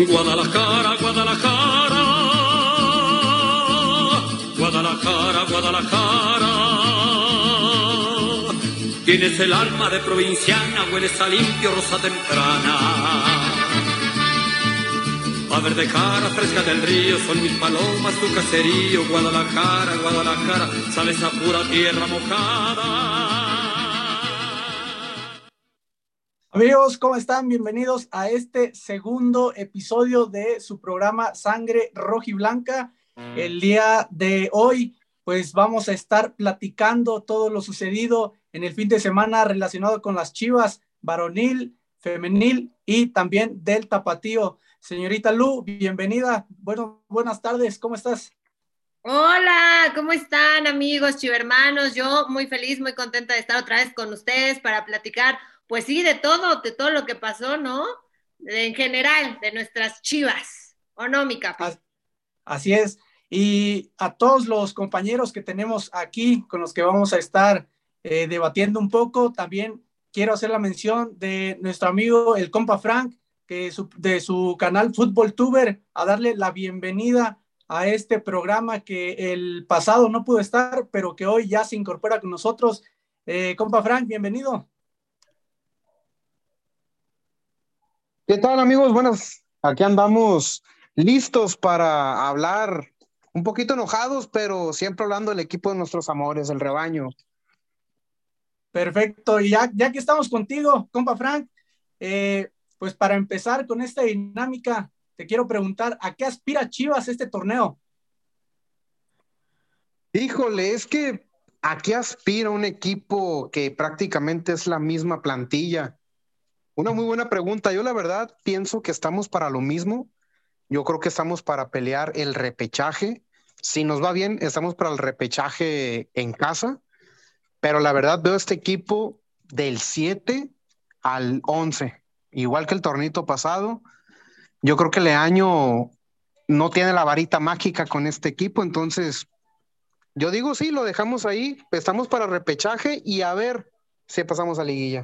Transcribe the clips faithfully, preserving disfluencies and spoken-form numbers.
Guadalajara, Guadalajara, Guadalajara, Guadalajara. Tienes el alma de provinciana, hueles a limpio, rosa temprana. A verde cara, fresca del río, son mil palomas tu caserío. Guadalajara, Guadalajara, sabes a pura tierra mojada. Amigos, ¿cómo están? Bienvenidos a este segundo episodio de su programa Sangre Rojiblanca. El día de hoy, pues vamos a estar platicando todo lo sucedido en el fin de semana relacionado con las Chivas, varonil, femenil y también del tapatío. Señorita Lu, bienvenida. Bueno, buenas tardes, ¿cómo estás? Hola, ¿cómo están, amigos chivermanos? Yo muy feliz, muy contenta de estar otra vez con ustedes para platicar, pues sí, de todo, de todo lo que pasó, ¿no? De, en general, de nuestras Chivas, ¿o no, mi capi? Así es, y a todos los compañeros que tenemos aquí, con los que vamos a estar eh, debatiendo un poco, también quiero hacer la mención de nuestro amigo el compa Frank, que su, de su canal Fútbol Tuber, a darle la bienvenida a este programa que el pasado no pudo estar, pero que hoy ya se incorpora con nosotros. Eh, compa Frank, bienvenido. ¿Qué tal, amigos? Buenas, aquí andamos listos para hablar, un poquito enojados, pero siempre hablando del equipo de nuestros amores, el rebaño. Perfecto, y ya, ya que estamos contigo, compa Frank, eh, pues para empezar con esta dinámica, te quiero preguntar, ¿a qué aspira Chivas este torneo? Híjole, es que ¿a qué aspira un equipo que prácticamente es la misma plantilla? Una muy buena pregunta. Yo la verdad pienso que estamos para lo mismo. Yo creo que estamos para pelear el repechaje. Si nos va bien, estamos para el repechaje en casa. Pero la verdad veo este equipo del siete al once, igual que el tornito pasado. Yo creo que Leaño no tiene la varita mágica con este equipo, entonces yo digo sí, lo dejamos ahí, estamos para repechaje y a ver si pasamos a liguilla.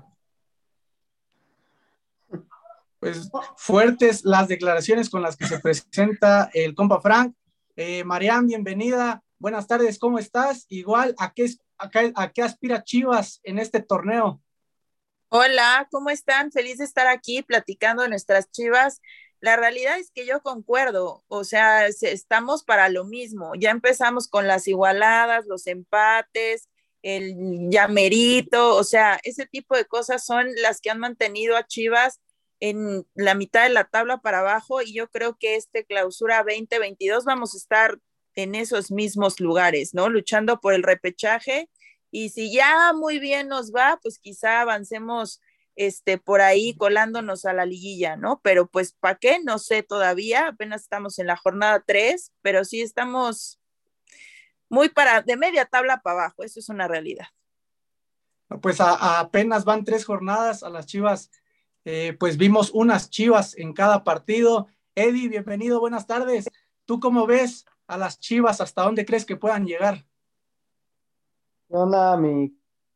Pues fuertes las declaraciones con las que se presenta el compa Frank. Eh, Marian, bienvenida. Buenas tardes, ¿cómo estás? Igual, ¿a qué, a qué, a qué aspira Chivas en este torneo? Hola, ¿cómo están? Feliz de estar aquí platicando de nuestras Chivas. La realidad es que yo concuerdo, o sea, estamos para lo mismo. Ya empezamos con las igualadas, los empates, el llamerito, o sea, ese tipo de cosas son las que han mantenido a Chivas en la mitad de la tabla para abajo y yo creo que este clausura veinte veintidós vamos a estar en esos mismos lugares, ¿no? Luchando por el repechaje y si ya muy bien nos va, pues quizá avancemos este, por ahí colándonos a la liguilla, ¿no? Pero pues, ¿para qué? No sé todavía, apenas estamos en la jornada tres, pero sí estamos muy para, de media tabla para abajo, eso es una realidad. Pues a, a apenas van tres jornadas a las Chivas, eh, pues vimos unas Chivas en cada partido. Eddie, bienvenido, buenas tardes. ¿Tú cómo ves a las Chivas? ¿Hasta dónde crees que puedan llegar? ¿Qué onda, mi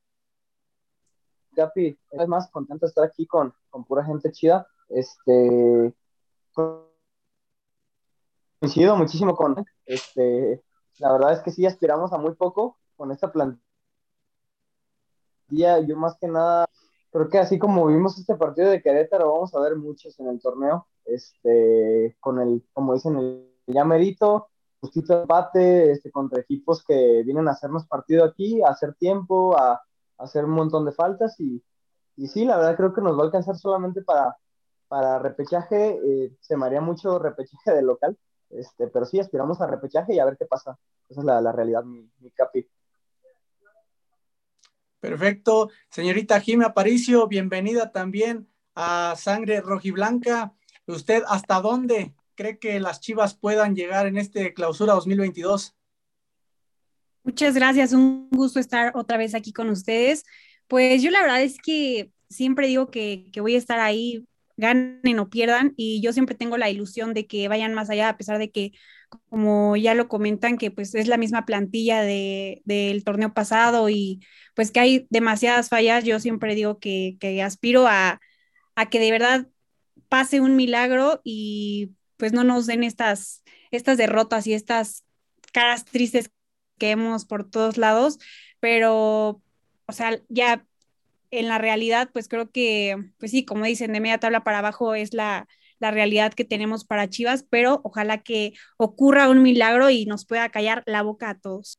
Capi? Es más contento de estar aquí con, con pura gente chida. Este, coincido muchísimo con, este, la verdad es que sí aspiramos a muy poco con esta plantilla. Yo más que nada, creo que así como vimos este partido de Querétaro, vamos a ver muchos en el torneo, este, con el, como dicen, el ya merito, justito empate, este, contra equipos que vienen a hacernos partido aquí, a hacer tiempo, a, a hacer un montón de faltas y, y sí, la verdad creo que nos va a alcanzar solamente para, para repechaje, eh, se me haría mucho repechaje de local, este, pero sí, aspiramos a repechaje y a ver qué pasa. Esa es la, la realidad, mi, mi Capi. Perfecto. Señorita Jimmy Aparicio, bienvenida también a Sangre Rojiblanca. ¿Usted hasta dónde cree que las Chivas puedan llegar en este clausura dos mil veintidós? Muchas gracias, un gusto estar otra vez aquí con ustedes. Pues yo la verdad es que siempre digo que, que voy a estar ahí, ganen o pierdan, y yo siempre tengo la ilusión de que vayan más allá, a pesar de que, como ya lo comentan, que pues es la misma plantilla de, del torneo pasado y pues que hay demasiadas fallas. Yo siempre digo que, que aspiro a, a que de verdad pase un milagro y pues no nos den estas, estas derrotas y estas caras tristes que vemos por todos lados, pero, o sea, ya en la realidad, pues creo que, pues sí, como dicen, de media tabla para abajo es la, la realidad que tenemos para Chivas, pero ojalá que ocurra un milagro y nos pueda callar la boca a todos.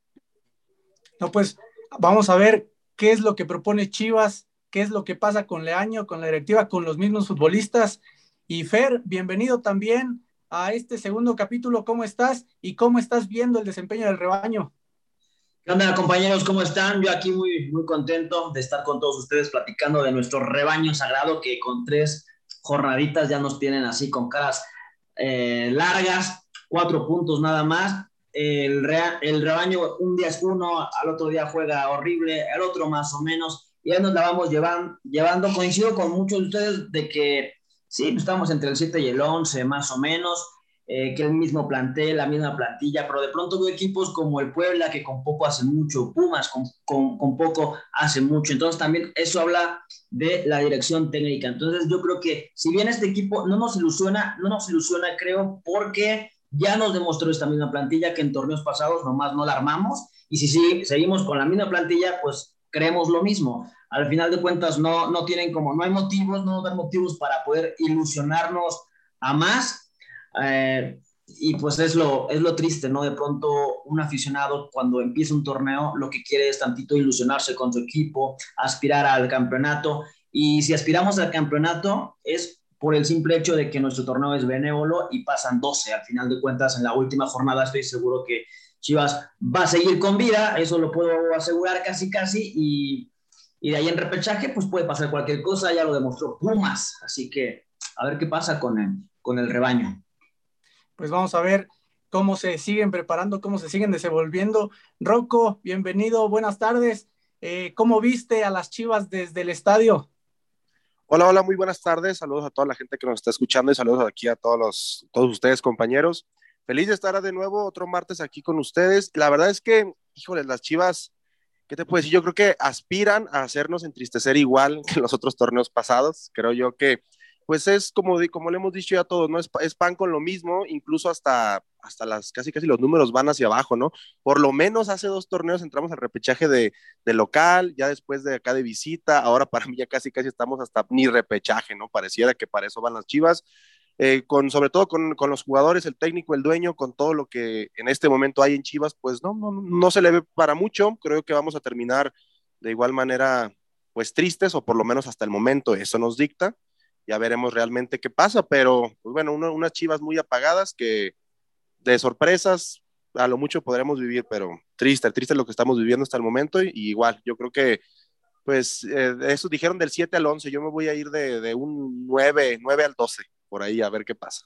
No, pues vamos a ver qué es lo que propone Chivas, qué es lo que pasa con Leaño, con la directiva, con los mismos futbolistas. Y Fer, bienvenido también a este segundo capítulo. ¿Cómo estás? ¿Y cómo estás viendo el desempeño del rebaño? ¿Qué onda, compañeros? ¿Cómo están? Yo aquí muy, muy contento de estar con todos ustedes platicando de nuestro rebaño sagrado que con tres jornaditas ya nos tienen así con caras eh, largas, cuatro puntos nada más. El, rea, el rebaño un día es uno, al otro día juega horrible, al otro más o menos, y ahí nos la vamos llevan, llevando. Coincido con muchos de ustedes de que sí, estamos entre el siete y el once más o menos, eh, que el mismo plantel, la misma plantilla, pero de pronto veo equipos como el Puebla que con poco hace mucho, Pumas con, con, con poco hace mucho, entonces también eso habla de la dirección técnica. Entonces yo creo que si bien este equipo no nos ilusiona, no nos ilusiona creo porque ya nos demostró esta misma plantilla que en torneos pasados nomás no la armamos, y si sí, seguimos con la misma plantilla, pues creemos lo mismo. Al final de cuentas no, no tienen como, no hay motivos, no nos dan motivos para poder ilusionarnos a más, eh, y pues es lo, es lo triste, ¿no? De pronto un aficionado cuando empieza un torneo lo que quiere es tantito ilusionarse con su equipo, aspirar al campeonato, y si aspiramos al campeonato es por el simple hecho de que nuestro torneo es benévolo y pasan doce. Al final de cuentas, en la última jornada estoy seguro que Chivas va a seguir con vida, eso lo puedo asegurar casi casi, y, y de ahí en repechaje pues puede pasar cualquier cosa, ya lo demostró Pumas, así que a ver qué pasa con el, con el rebaño. Pues vamos a ver cómo se siguen preparando, cómo se siguen desenvolviendo. Rocco, bienvenido, buenas tardes. Eh, ¿Cómo viste a las Chivas desde el estadio? Hola, hola, muy buenas tardes. Saludos a toda la gente que nos está escuchando y saludos aquí a todos, los, todos ustedes, compañeros. Feliz de estar de nuevo otro martes aquí con ustedes. La verdad es que, híjole, las Chivas, ¿qué te puedo decir? Yo creo que aspiran a hacernos entristecer igual que en los otros torneos pasados. Creo yo que, pues es como, como le hemos dicho ya a todos, ¿no? Es, es pan con lo mismo, incluso hasta, hasta las, casi casi los números van hacia abajo, ¿no? Por lo menos hace dos torneos entramos al repechaje de, de local, ya después de acá de visita, ahora para mí ya casi casi estamos hasta ni repechaje, ¿no? Pareciera que para eso van las Chivas. Eh, con, sobre todo con, con los jugadores, el técnico, el dueño, con todo lo que en este momento hay en Chivas, pues no, no, no se le ve para mucho. Creo que vamos a terminar de igual manera pues tristes, o por lo menos hasta el momento eso nos dicta. Ya veremos realmente qué pasa, pero pues bueno, uno, unas Chivas muy apagadas que de sorpresas a lo mucho podremos vivir, pero triste, triste lo que estamos viviendo hasta el momento, y, y igual, yo creo que pues eh, eso dijeron del siete al once, yo me voy a ir de, de un nueve, nueve al doce, por ahí a ver qué pasa.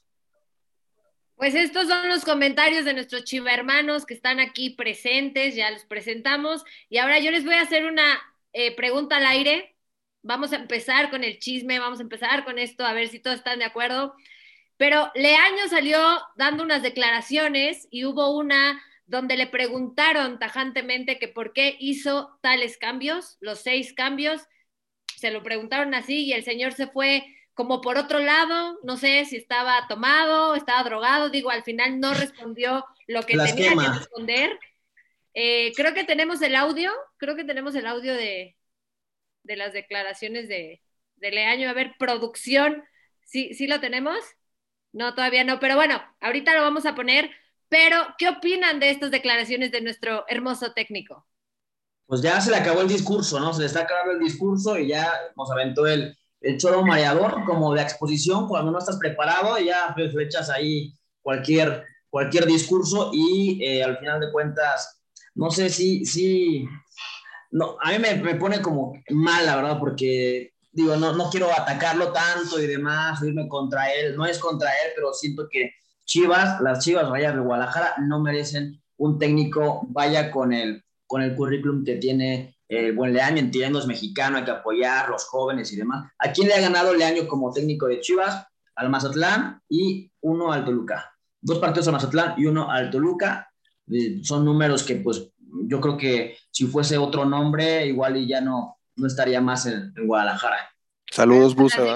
Pues estos son los comentarios de nuestros chivermanos que están aquí presentes, ya los presentamos, y ahora yo les voy a hacer una eh, pregunta al aire. Vamos a empezar con el chisme, vamos a empezar con esto, a ver si todos están de acuerdo. Pero Leaño salió dando unas declaraciones y hubo una donde le preguntaron tajantemente que por qué hizo tales cambios, los seis cambios. Se lo preguntaron así y el señor se fue como por otro lado, no sé si estaba tomado, estaba drogado, digo, al final no respondió lo que Las tenía quema. que responder. Eh, creo que tenemos el audio, creo que tenemos el audio de, de las declaraciones de, de Leaño. A ver, producción, ¿sí, ¿sí lo tenemos? No, todavía no, pero bueno, ahorita lo vamos a poner. Pero, ¿qué opinan de estas declaraciones de nuestro hermoso técnico? Pues ya se le acabó el discurso, ¿no? Se le está acabando el discurso y ya nos aventó el, el choro mareador como de exposición. Cuando no estás preparado ya pues, le echas ahí cualquier, cualquier discurso y eh, al final de cuentas, no sé si, si no, a mí me, me pone como mal, la verdad, porque digo, no, no quiero atacarlo tanto y demás, irme contra él, no es contra él, pero siento que Chivas, las Chivas Rayas de Guadalajara no merecen un técnico vaya con el, con el currículum que tiene el eh, buen Leaño. Entiendo, es mexicano, hay que apoyar los jóvenes y demás. ¿A quién le ha ganado Leaño como técnico de Chivas? Al Mazatlán y uno al Toluca. Dos partidos al Mazatlán y uno al Toluca. Eh, son números que pues yo creo que si fuese otro nombre igual y ya no, no estaría más en, en Guadalajara. Saludos, Busa, ¿verdad?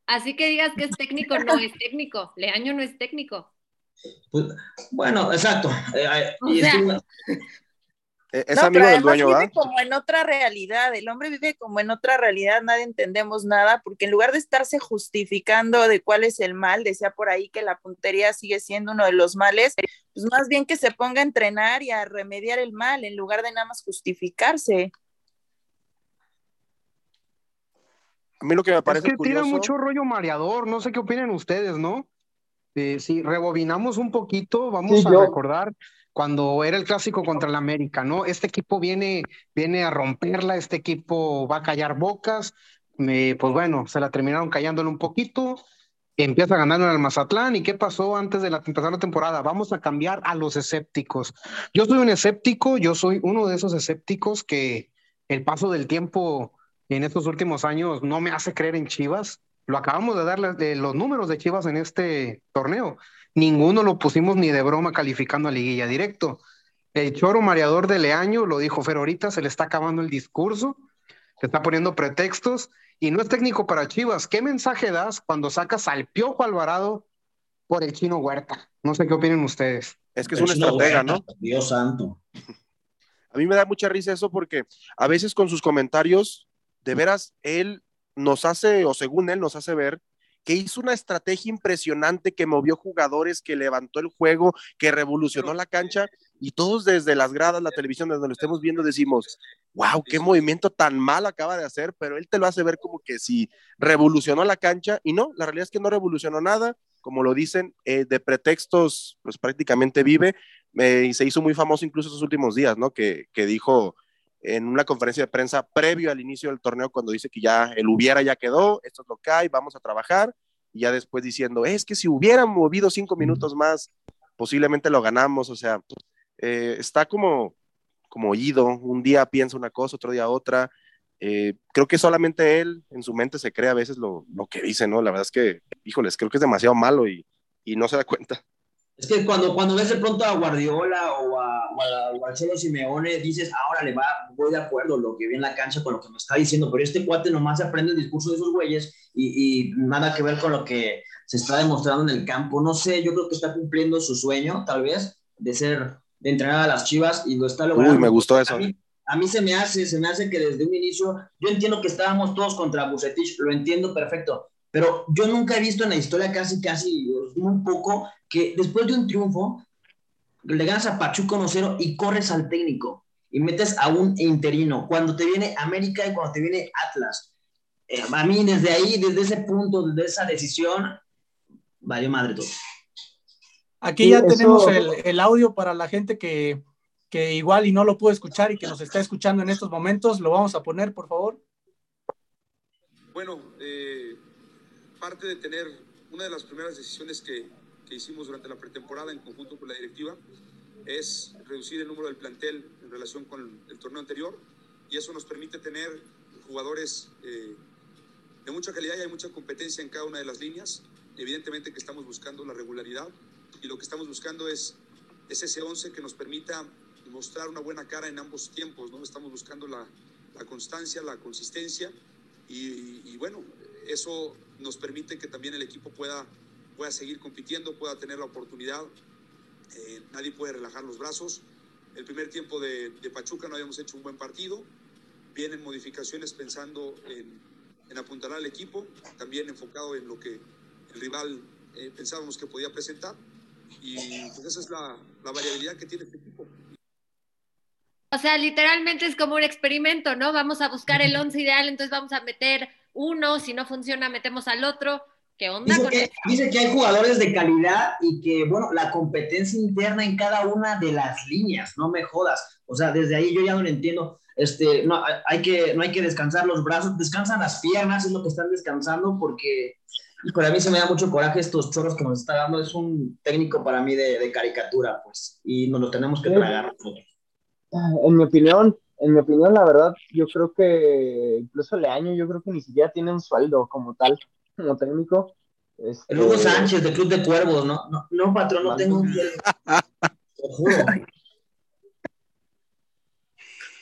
Así que digas que es técnico, no es técnico. Leaño no es técnico. Pues, bueno, exacto. Eh, O y sea, estuvo- Eh, Es No, amigo pero del además dueño, vive ¿va? como en otra realidad, el hombre vive como en otra realidad, nadie entendemos nada, porque en lugar de estarse justificando de cuál es el mal, decía por ahí que la puntería sigue siendo uno de los males, pues más bien que se ponga a entrenar y a remediar el mal, en lugar de nada más justificarse. A mí lo que me Es parece que tira curioso, mucho rollo mareador, no sé qué opinan ustedes, ¿no? Eh, si rebobinamos un poquito, vamos Sí, a yo, recordar cuando era el clásico contra el América, ¿no? Este equipo viene, viene a romperla, este equipo va a callar bocas, eh, pues bueno, se la terminaron callándole un poquito, empieza ganando en el Mazatlán, ¿y qué pasó antes de la, empezar la temporada? Vamos a cambiar a los escépticos. Yo soy un escéptico, yo soy uno de esos escépticos que el paso del tiempo en estos últimos años no me hace creer en Chivas. Lo acabamos de darle de los números de Chivas en este torneo. Ninguno lo pusimos ni de broma calificando a liguilla directo. El choro mareador de Leaño, lo dijo Fer ahorita, se le está acabando el discurso, se está poniendo pretextos y no es técnico para Chivas. ¿Qué mensaje das cuando sacas al Piojo Alvarado por el Chino Huerta? No sé qué opinen ustedes. es que es el un Chino estratega, Huerta, ¿no? Dios santo. A mí me da mucha risa eso porque a veces con sus comentarios, de veras, él nos hace, o según él nos hace ver, que hizo una estrategia impresionante, que movió jugadores, que levantó el juego, que revolucionó la cancha, y todos desde las gradas, la televisión, desde donde lo estemos viendo, decimos, wow, qué movimiento tan mal acaba de hacer, pero él te lo hace ver como que si revolucionó la cancha, y no, la realidad es que no revolucionó nada, como lo dicen, eh, de pretextos, pues prácticamente vive, eh, y se hizo muy famoso incluso esos últimos días, ¿no? Que, que dijo en una conferencia de prensa previo al inicio del torneo, cuando dice que ya el hubiera ya quedó, esto es lo que hay, vamos a trabajar, y ya después diciendo, es que si hubieran movido cinco minutos más, posiblemente lo ganamos, o sea, eh, está como, como oído, un día piensa una cosa, otro día otra, eh, creo que solamente él en su mente se cree a veces lo, lo que dice, ¿no? La verdad es que, híjoles, creo que es demasiado malo y, y no se da cuenta. Es que cuando, cuando ves de pronto a Guardiola o a, o a, o a Cholo Simeone, dices, ahora le va, voy de acuerdo lo que vi en la cancha con lo que me está diciendo, pero este cuate nomás se aprende el discurso de esos güeyes y, y nada que ver con lo que se está demostrando en el campo. No sé, yo creo que está cumpliendo su sueño, tal vez, de ser, de entrenar a las Chivas y lo está logrando. Uy, me gustó eso. A mí, a mí se me hace, se me hace que desde un inicio, yo entiendo que estábamos todos contra Vucetich, lo entiendo perfecto, pero yo nunca he visto en la historia casi, casi, muy poco, que después de un triunfo le ganas a Pachuca uno cero y corres al técnico y metes a un interino cuando te viene América y cuando te viene Atlas. Eh, a mí desde ahí, desde ese punto, desde esa decisión, valió madre todo. Aquí Sí, ya eso- tenemos el, el audio para la gente que, que igual y no lo pudo escuchar y que nos está escuchando en estos momentos. Lo vamos a poner, por favor. Bueno, eh, parte de tener una de las primeras decisiones que, que hicimos durante la pretemporada en conjunto con la directiva es reducir el número del plantel en relación con el torneo anterior, y eso nos permite tener jugadores eh, de mucha calidad y hay mucha competencia en cada una de las líneas. Evidentemente que estamos buscando la regularidad y lo que estamos buscando es, es ese once que nos permita mostrar una buena cara en ambos tiempos, ¿no? Estamos buscando la, la constancia, la consistencia y, y bueno, eso nos permite que también el equipo pueda, pueda seguir compitiendo, pueda tener la oportunidad. Eh, nadie puede relajar los brazos. El primer tiempo de, de Pachuca no habíamos hecho un buen partido. Vienen modificaciones pensando en, en apuntalar al equipo, también enfocado en lo que el rival eh, pensábamos que podía presentar. Y pues esa es la, la variabilidad que tiene este equipo. O sea, literalmente es como un experimento, ¿no? Vamos a buscar el once ideal, entonces vamos a meter uno, si no funciona, metemos al otro. ¿Qué onda Dice con que, eso? dice que hay jugadores de calidad y que, bueno, la competencia interna en cada una de las líneas, no me jodas. O sea, desde ahí yo ya no lo entiendo. Este, no, hay que, no hay que descansar los brazos, descansan las piernas, es lo que están descansando, porque para mí se me da mucho coraje estos chorros que nos está dando. Es un técnico para mí de, de caricatura, pues, y nos lo tenemos que tragar nosotros. En mi opinión, en mi opinión, la verdad, yo creo que incluso Leaño, yo creo que ni siquiera tiene un sueldo como tal, como técnico. Este, El Hugo Sánchez de Club de Cuervos, ¿no? No, no patrón, no tengo un sueldo. Lo juro.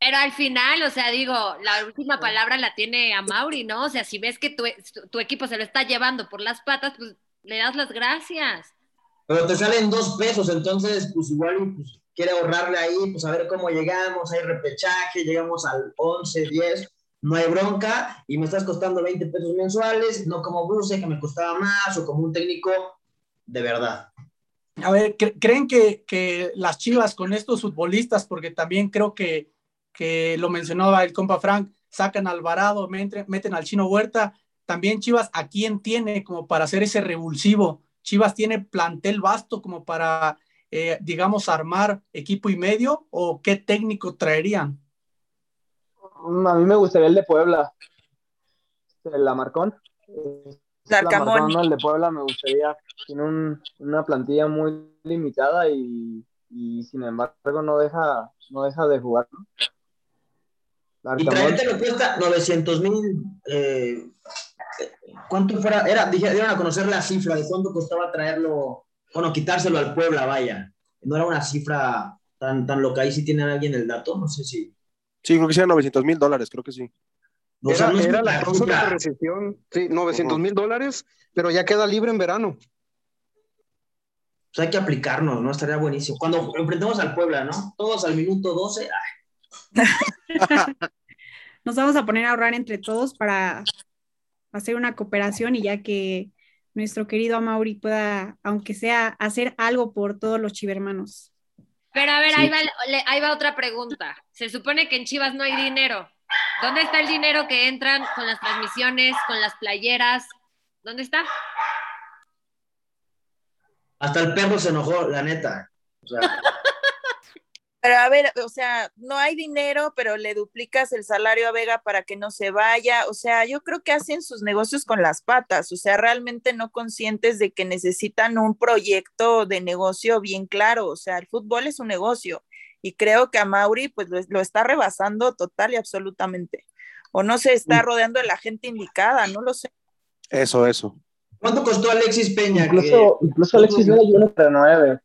Pero al final, o sea, digo, la última palabra la tiene a Mauri, ¿no? O sea, si ves que tu, tu equipo se lo está llevando por las patas, pues le das las gracias. Pero te salen dos pesos, entonces, pues igual pues, quiere ahorrarle ahí, pues a ver cómo llegamos, hay repechaje, llegamos al once, diez, no hay bronca, y me estás costando veinte pesos mensuales, no como Bruce, que me costaba más, o como un técnico de verdad. A ver, ¿creen que, que las Chivas con estos futbolistas, porque también creo que, que lo mencionaba el compa Frank, sacan a Alvarado, meten, meten al Chino Huerta, también Chivas, ¿a quién tiene como para hacer ese revulsivo? Chivas tiene plantel vasto como para, eh, digamos, armar equipo y medio, ¿o qué técnico traerían? A mí me gustaría el de Puebla, el Alarcón. El Alarcón, ¿no? El de Puebla me gustaría. Tiene un, una plantilla muy limitada y, y sin embargo no deja, no deja de jugar, ¿no? Y traerte lo cuesta novecientos mil. Eh, ¿Cuánto fuera? Era, dieron a conocer la cifra de cuánto costaba traerlo, bueno, quitárselo al Puebla, vaya. No era una cifra tan, tan loca. Ahí sí tienen alguien el dato, no sé si. Sí, creo que sí eran novecientos mil dólares, creo que sí. O sea, era, no era la cláusula de rescisión, sí, novecientos mil dólares, pero ya queda libre en verano. Pues hay que aplicarnos, ¿no? Estaría buenísimo. Cuando enfrentemos al Puebla, ¿no? Todos al minuto doce. Ay. Nos vamos a poner a ahorrar entre todos para hacer una cooperación y ya que nuestro querido Amaury pueda, aunque sea, hacer algo por todos los chivermanos. Pero a ver, sí. ahí, va, ahí va otra pregunta. Se supone que en Chivas no hay dinero. ¿Dónde está el dinero que entran con las transmisiones, con las playeras? ¿Dónde está? Hasta el perro se enojó, la neta. O sea... Pero a ver, o sea, no hay dinero, pero le duplicas el salario a Vega para que no se vaya. O sea, yo creo que hacen sus negocios con las patas. O sea, realmente no conscientes de que necesitan un proyecto de negocio bien claro. O sea, el fútbol es un negocio. Y creo que a Mauri pues lo, lo está rebasando total y absolutamente. O no se está rodeando de la gente indicada, no lo sé. Eso, eso. ¿Cuánto costó Alexis Peña? Incluso, que... incluso Alexis Vega yo no renueve.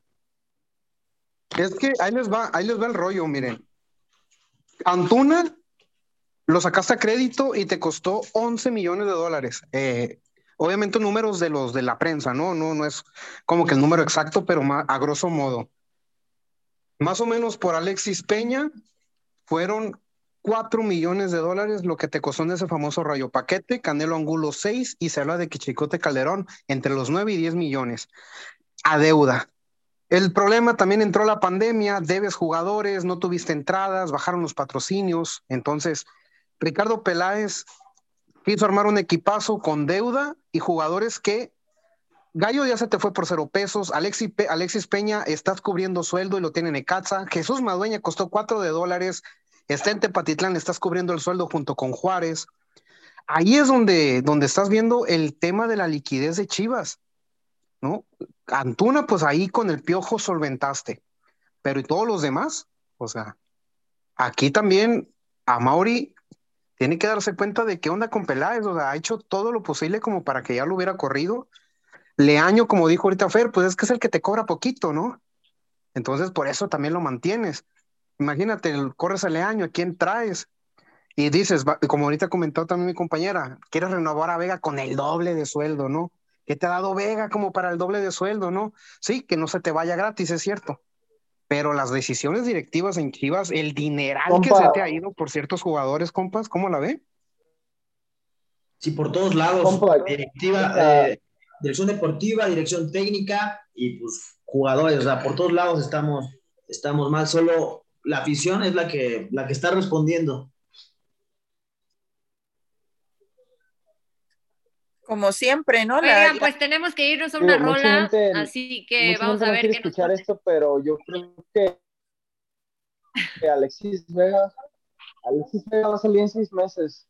Es que ahí les va, ahí les va el rollo, miren. Antuna lo sacaste a crédito y te costó once millones de dólares. Eh, obviamente números de los de la prensa, ¿no? No, no es como que el número exacto, pero más, a grosso modo. Más o menos por Alexis Peña fueron cuatro millones de dólares lo que te costó en ese famoso rayo paquete, Canelo Angulo seis y se habla de que Chicote Calderón entre los nueve y diez millones a deuda. El problema también entró la pandemia, debes jugadores, no tuviste entradas, bajaron los patrocinios. Entonces, Ricardo Peláez quiso armar un equipazo con deuda y jugadores que Gallo ya se te fue por cero pesos, Alexis, Pe- Alexis Peña estás cubriendo sueldo y lo tiene Necaxa, Jesús Madueña costó cuatro de dólares, está en Tepatitlán, estás cubriendo el sueldo junto con Juárez. Ahí es donde, donde estás viendo el tema de la liquidez de Chivas, ¿no? Antuna, pues ahí con el Piojo solventaste, pero ¿y todos los demás? O sea, aquí también Amaury tiene que darse cuenta de qué onda con Peláez, o sea, ha hecho todo lo posible como para que ya lo hubiera corrido. Leaño, como dijo ahorita Fer, pues es que es el que te cobra poquito, ¿no? Entonces por eso también lo mantienes. Imagínate, corres a Leaño, ¿a quién traes? Y dices, como ahorita comentó también mi compañera, quieres renovar a Vega con el doble de sueldo, ¿no? ¿Qué te ha dado Vega como para el doble de sueldo, no? Sí, que no se te vaya gratis, es cierto. Pero las decisiones directivas en Chivas, el dineral compa, que se te ha ido por ciertos jugadores, compas, ¿cómo la ve? Sí, por todos lados. Compa, directiva, eh, dirección deportiva, dirección técnica y pues jugadores. O sea, por todos lados estamos, estamos mal. Solo la afición es la que, la que está respondiendo. Como siempre, ¿no? Oigan, la, pues la... tenemos que irnos a una Digo, rola, gente, así que vamos gente a no ver quiere qué escuchar nos... esto, pero yo creo que, que Alexis Vega, Alexis Vega va a salir en seis meses.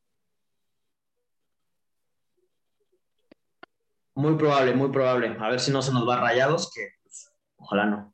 Muy probable, muy probable. A ver si no se nos va Rayados, que pues, ojalá no.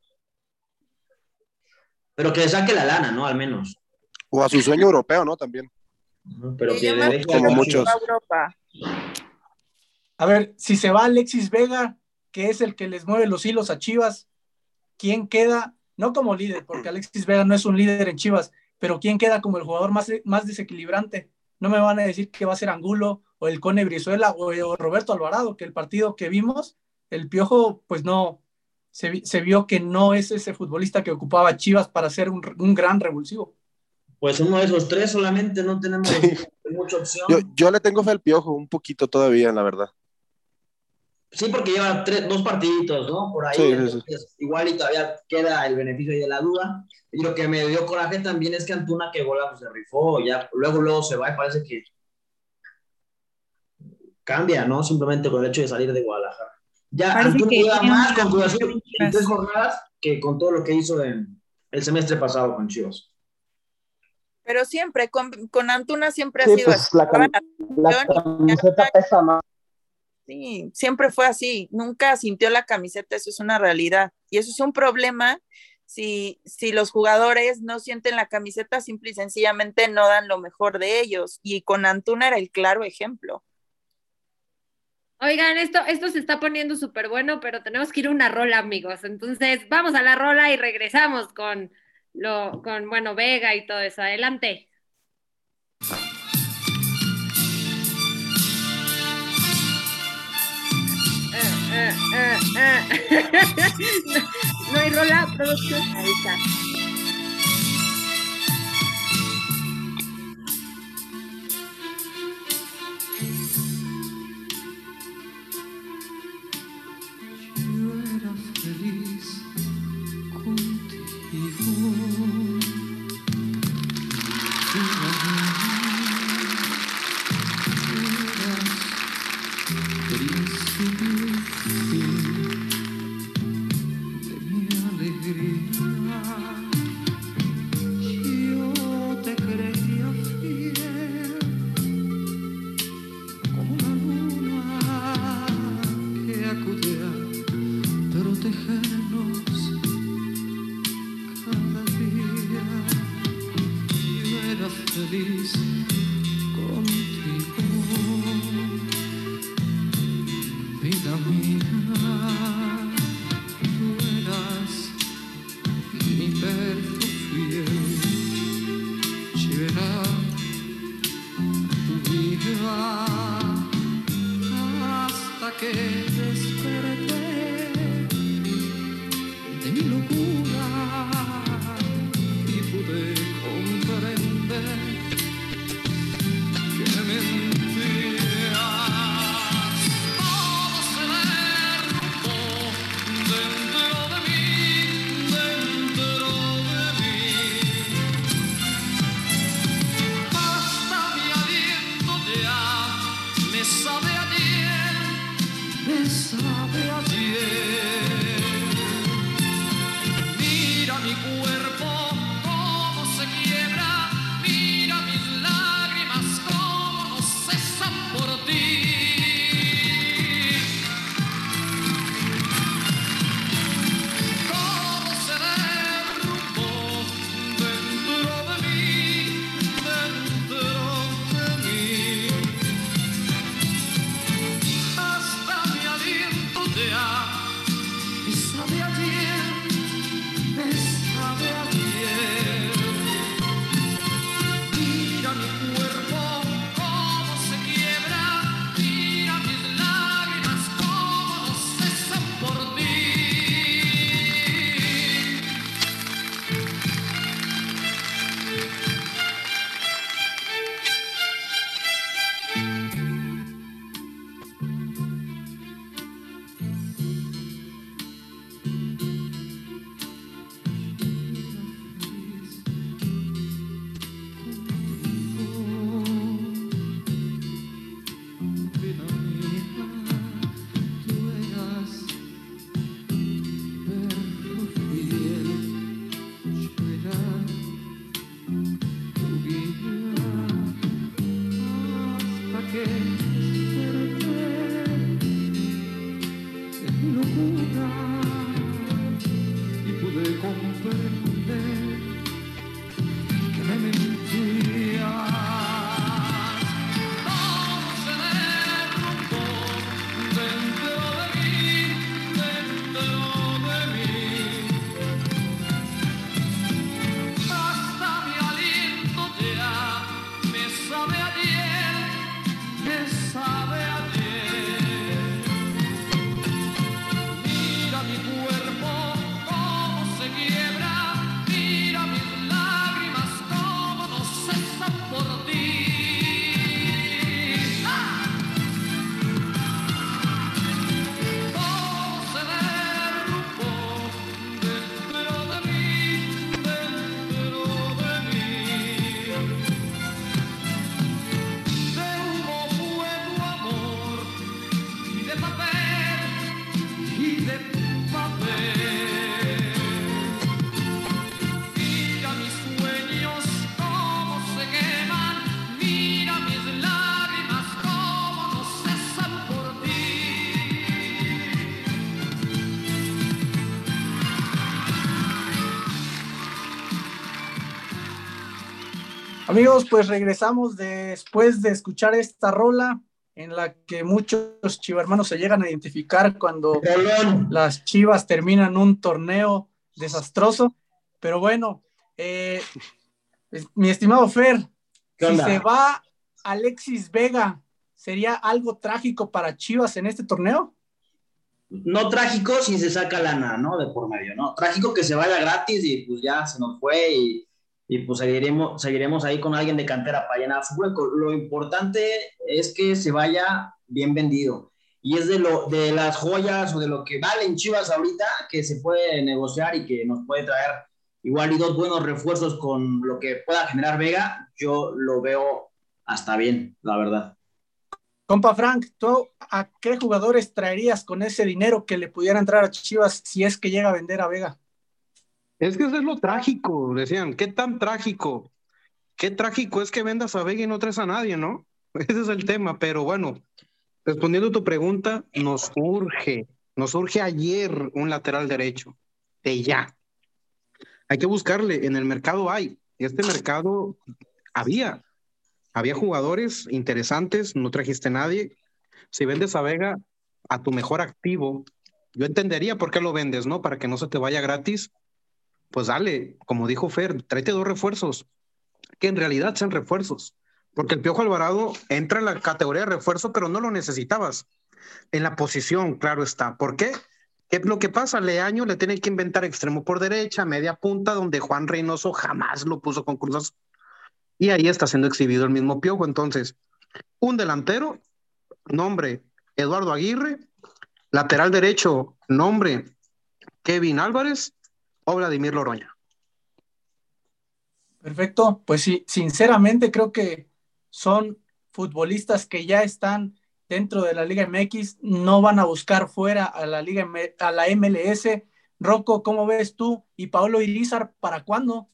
Pero que saque la lana, ¿no? Al menos. O a su sueño europeo, ¿no? También. Pero sí, que yo me deje como muchos. Europa. A ver, si se va Alexis Vega, que es el que les mueve los hilos a Chivas, ¿quién queda? No como líder, porque Alexis Vega no es un líder en Chivas. pero ¿quién queda como el jugador más, más desequilibrante? No me van a decir que va a ser Angulo o el Cone Brizuela o, o Roberto Alvarado, que el partido que vimos, el Piojo, pues no, se, se vio que no es ese futbolista que ocupaba Chivas para ser un, un gran revulsivo. Pues uno de esos tres solamente, no tenemos Sí. mucha opción. Yo, yo le tengo fe al Piojo, un poquito todavía, la verdad. Sí, porque lleva tres, dos partiditos, ¿no? Por ahí, Sí, sí, entonces sí. igual y todavía queda el beneficio ahí de la duda. Y lo que me dio coraje también es que Antuna, que gola, pues se rifó, ya luego, luego se va y parece que cambia, ¿no? Simplemente con el hecho de salir de Guadalajara. Ya Parece Antuna que lleva tiene más una con Cruz función Azul en en tres Chivas. jornadas que con todo lo que hizo en el semestre pasado con Chivas. Pero siempre, con, con Antuna siempre ha Sí, sido así. pues la, Toda cam- la la selección y camiseta pesa más. sí, siempre fue así. Nunca sintió la camiseta, eso es una realidad. Y eso es un problema si, si los jugadores no sienten la camiseta, simple y sencillamente no dan lo mejor de ellos. Y con Antuna era el claro ejemplo. Oigan, esto, esto se está poniendo súper bueno, pero tenemos que ir a una rola, amigos. Entonces, vamos a la rola y regresamos con lo, con, bueno, Vega y todo eso. Adelante. Eh, eh, eh, eh. No, no hay rola, producción. Ahí está. Yo era feliz contigo. Tú eras príncipe fin de mi alegría. Yo te creía fiel como una luna que acude a protegernos cada día. Yo era feliz contigo, vida mía. Tú eras mi verso fiel. Yo era tu vida hasta que desperté de mi locura y pude comprender que mentías. Todo se derrumbó dentro de mí, dentro de mí. Hasta mi aliento ya me sabe ayer, me sabe ayer. Mira mi cuerpo cómo se quiebra, mira mis lágrimas cómo no cesan por ti. Todo se derrumbó dentro de mí, dentro de mí. Hasta mi aliento ya me sabe ayer, me sabe ayer. Mira mi cuerpo cómo se quiebra, mira mis lágrimas cómo no cesan por ti. Amigos, pues regresamos después de escuchar esta rola en la que muchos chivermanos se llegan a identificar cuando las Chivas terminan un torneo desastroso. Pero bueno, eh, mi estimado Fer, si se va Alexis Vega, ¿sería algo trágico para Chivas en este torneo? No trágico si se saca lana, ¿no? De por medio, ¿no? Trágico que se vaya gratis y pues ya se nos fue y, y pues seguiremos, seguiremos ahí con alguien de cantera para llenar su hueco. Lo importante es que se vaya bien vendido. Y es de, lo, de las joyas o de lo que valen Chivas ahorita que se puede negociar y que nos puede traer igual y dos buenos refuerzos con lo que pueda generar Vega. Yo lo veo hasta bien, la verdad. Compa Frank, ¿tú a qué jugadores traerías con ese dinero que le pudiera entrar a Chivas si es que llega a vender a Vega? Es que eso es lo trágico, decían, ¿qué tan trágico? Qué trágico es que vendas a Vega y no traes a nadie, ¿no? Ese es el tema, pero bueno, respondiendo a tu pregunta, nos urge, nos urge ayer un lateral derecho, de ya. Hay que buscarle, en el mercado hay, este mercado había, había jugadores interesantes, no trajiste nadie. Si vendes a Vega, a tu mejor activo, yo entendería por qué lo vendes, ¿no? Para que no se te vaya gratis, pues dale, como dijo Fer, tráete dos refuerzos, que en realidad sean refuerzos, porque el Piojo Alvarado entra en la categoría de refuerzo, pero no lo necesitabas. En la posición, claro está. ¿Por qué? ¿Qué es lo que pasa? Leaño le tiene que inventar extremo por derecha, media punta, donde Juan Reynoso jamás lo puso con cruzas. Y ahí está siendo exhibido el mismo Piojo. Entonces, un delantero, nombre Eduardo Aguirre, lateral derecho, nombre Kevin Álvarez o Vladimir Loroña. Perfecto, pues sí, sinceramente creo que son futbolistas que ya están dentro de la Liga M X, no van a buscar fuera a la Liga a la M L S. Rocco, ¿cómo ves tú? ¿Y Paolo Irizar para cuándo?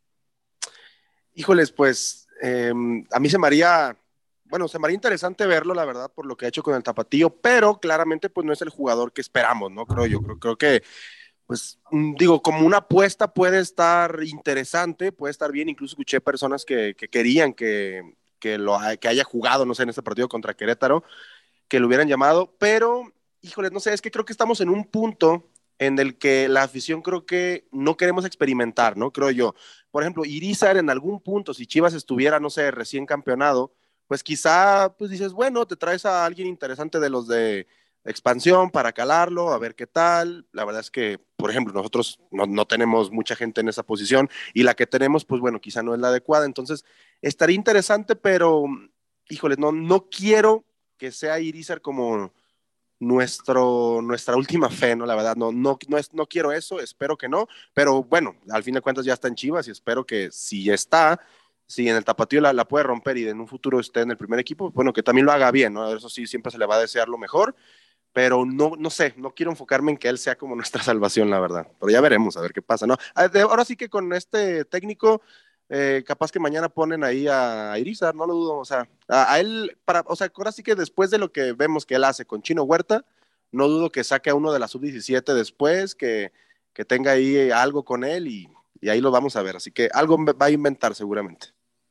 Híjoles, pues eh, a mí se me haría, bueno, se me haría interesante verlo, la verdad, por lo que ha hecho con el Tapatío, pero claramente pues no es el jugador que esperamos, ¿no? Creo yo, creo, creo que pues digo, como una apuesta puede estar interesante, puede estar bien, incluso escuché personas que, que querían que, que, lo, que haya jugado, no sé, en este partido contra Querétaro, que lo hubieran llamado, pero, híjole, no sé, es que creo que estamos en un punto en el que la afición creo que no queremos experimentar, ¿no? Creo yo. Por ejemplo, Irizar en algún punto, si Chivas estuviera, no sé, recién campeonado, pues quizá, pues dices, bueno, te traes a alguien interesante de los de expansión para calarlo, a ver qué tal. La verdad es que, por ejemplo, nosotros no, no tenemos mucha gente en esa posición y la que tenemos, pues bueno, quizá no es la adecuada. Entonces, estaría interesante, pero, híjole, no, no quiero que sea Irizar como nuestro, nuestra última fe, ¿no? La verdad, no, no, no, es, no quiero eso, espero que no, pero bueno, al fin de cuentas ya está en Chivas y espero que si ya está, si en el Tapatío la, la puede romper y en un futuro esté en el primer equipo, bueno, que también lo haga bien, ¿no? Eso sí, siempre se le va a desear lo mejor, pero no, no sé, no quiero enfocarme en que él sea como nuestra salvación, la verdad, pero ya veremos a ver qué pasa, ¿no? Ahora sí que con este técnico, eh, capaz que mañana ponen ahí a Irizar, no lo dudo, o sea, a, a él, para, o sea, ahora sí que después de lo que vemos que él hace con Chino Huerta, no dudo que saque a uno de la sub diecisiete después, que, que tenga ahí algo con él y, y ahí lo vamos a ver, así que algo va a inventar seguramente.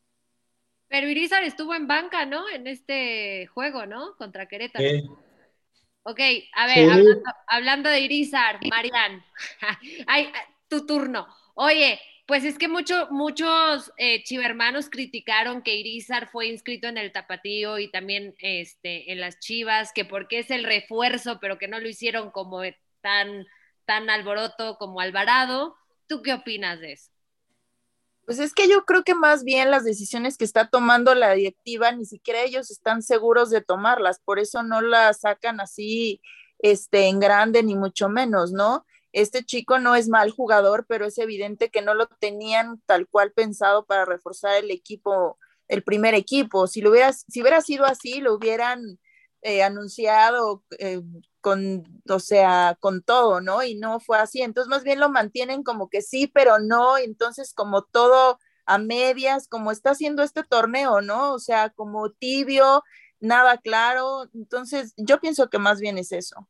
Pero Irizar estuvo en banca, ¿no? En este juego, ¿no? Contra Querétaro. Sí. Ok, a ver, Sí. hablando, hablando de Irizar, Marian, ay, tu turno. Oye, pues es que mucho, muchos eh, chivermanos criticaron que Irizar fue inscrito en el Tapatío y también este, en las Chivas, que porque es el refuerzo, pero que no lo hicieron como tan, tan alboroto como Alvarado. ¿Tú qué opinas de eso? Pues es que yo creo que más bien las decisiones que está tomando la directiva, ni siquiera ellos están seguros de tomarlas, por eso no las sacan así este, en grande, ni mucho menos, ¿no? Este chico no es mal jugador, pero es evidente que no lo tenían tal cual pensado para reforzar el equipo, el primer equipo. Si, lo hubiera, si hubiera sido así, lo hubieran eh, anunciado eh, con, o sea, con todo, ¿no? Y no fue así. Entonces, más bien lo mantienen como que sí, pero no. Entonces, como todo a medias, como está haciendo este torneo, ¿no? O sea, como tibio, nada claro. Entonces, yo pienso que más bien es eso.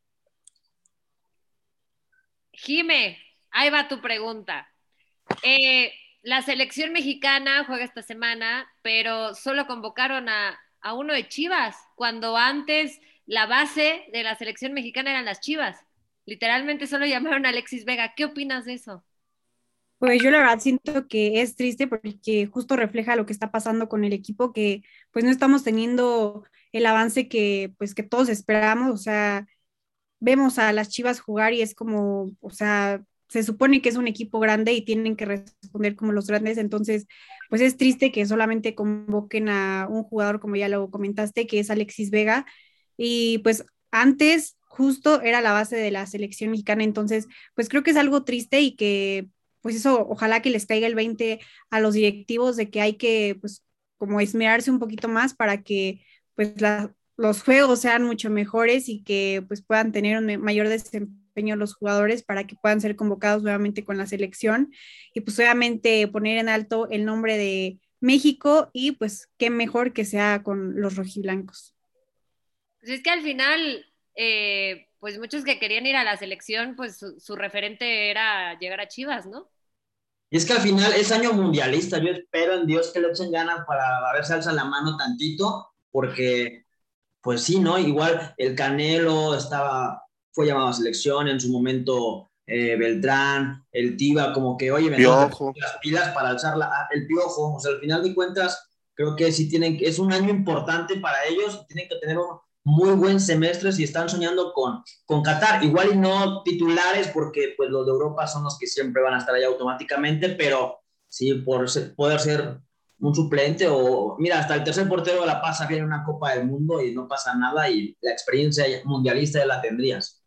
Jime, ahí va tu pregunta. Eh, la selección mexicana juega esta semana, pero solo convocaron a, a uno de Chivas, cuando antes la base de la selección mexicana eran las Chivas. Literalmente solo llamaron a Alexis Vega. ¿Qué opinas de eso? Pues yo la verdad siento que es triste porque justo refleja lo que está pasando con el equipo, que pues no estamos teniendo el avance que pues que todos esperamos. O sea, vemos a las Chivas jugar y es como, o sea, se supone que es un equipo grande y tienen que responder como los grandes, entonces pues es triste que solamente convoquen a un jugador, como ya lo comentaste, que es Alexis Vega, y pues antes justo era la base de la selección mexicana, entonces pues creo que es algo triste y que pues eso, ojalá que les caiga el veinte a los directivos de que hay que pues como esmerarse un poquito más para que pues la, los juegos sean mucho mejores y que pues puedan tener un mayor desempeño los jugadores para que puedan ser convocados nuevamente con la selección y pues obviamente poner en alto el nombre de México y pues qué mejor que sea con los rojiblancos. Pues es que al final, eh, pues muchos que querían ir a la selección, pues su, su referente era llegar a Chivas, ¿no? Y es que al final es año mundialista, yo espero en Dios que le echen ganas para a ver si alza la mano tantito, porque pues sí, ¿no? Igual el Canelo estaba, fue llamado a selección, en su momento eh, Beltrán, el Tiva, como que, oye, me Piojo. las pilas para alzar la, el Piojo, o sea, al final de cuentas, creo que sí tienen, es un año importante para ellos, tienen que tener un muy buen semestre si están soñando con, con Qatar, igual y no titulares, porque pues los de Europa son los que siempre van a estar allá automáticamente, pero sí, por ser, poder ser un suplente o, mira, hasta el tercer portero de La Paz viene una Copa del Mundo y no pasa nada y la experiencia mundialista ya la tendrías.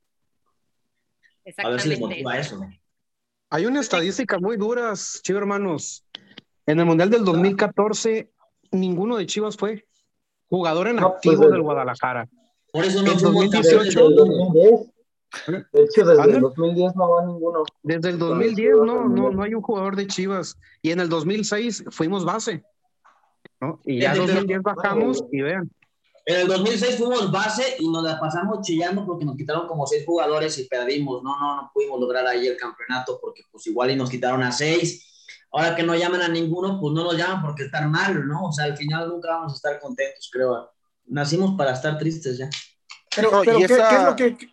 A ver si les motiva eso. Hay unas estadísticas muy duras, Chivas hermanos. En el Mundial del dos mil catorce, ninguno de Chivas fue jugador en No, activo pues, del Guadalajara. Por eso no En fuimos dos mil dieciocho, desde el dos mil diez. De hecho, desde ¿Anda? el dos mil diez no va ninguno. Desde el Con dos mil el diez Chivas no, al no, Mundial. no hay un jugador de Chivas. Y en el dos mil seis fuimos base, ¿no? Y ya Fíjate, dos pero- mil diez bajamos y vean. En el dos mil seis fuimos base y nos la pasamos chillando porque nos quitaron como seis jugadores y perdimos. No, no, no pudimos lograr ahí el campeonato porque pues igual y nos quitaron a seis. Ahora que no llaman a ninguno, pues no nos llaman porque están mal, ¿no? O sea, al final nunca vamos a estar contentos, creo. Nacimos para estar tristes ya. Pero, No, pero y ¿qué, esa- qué es lo que,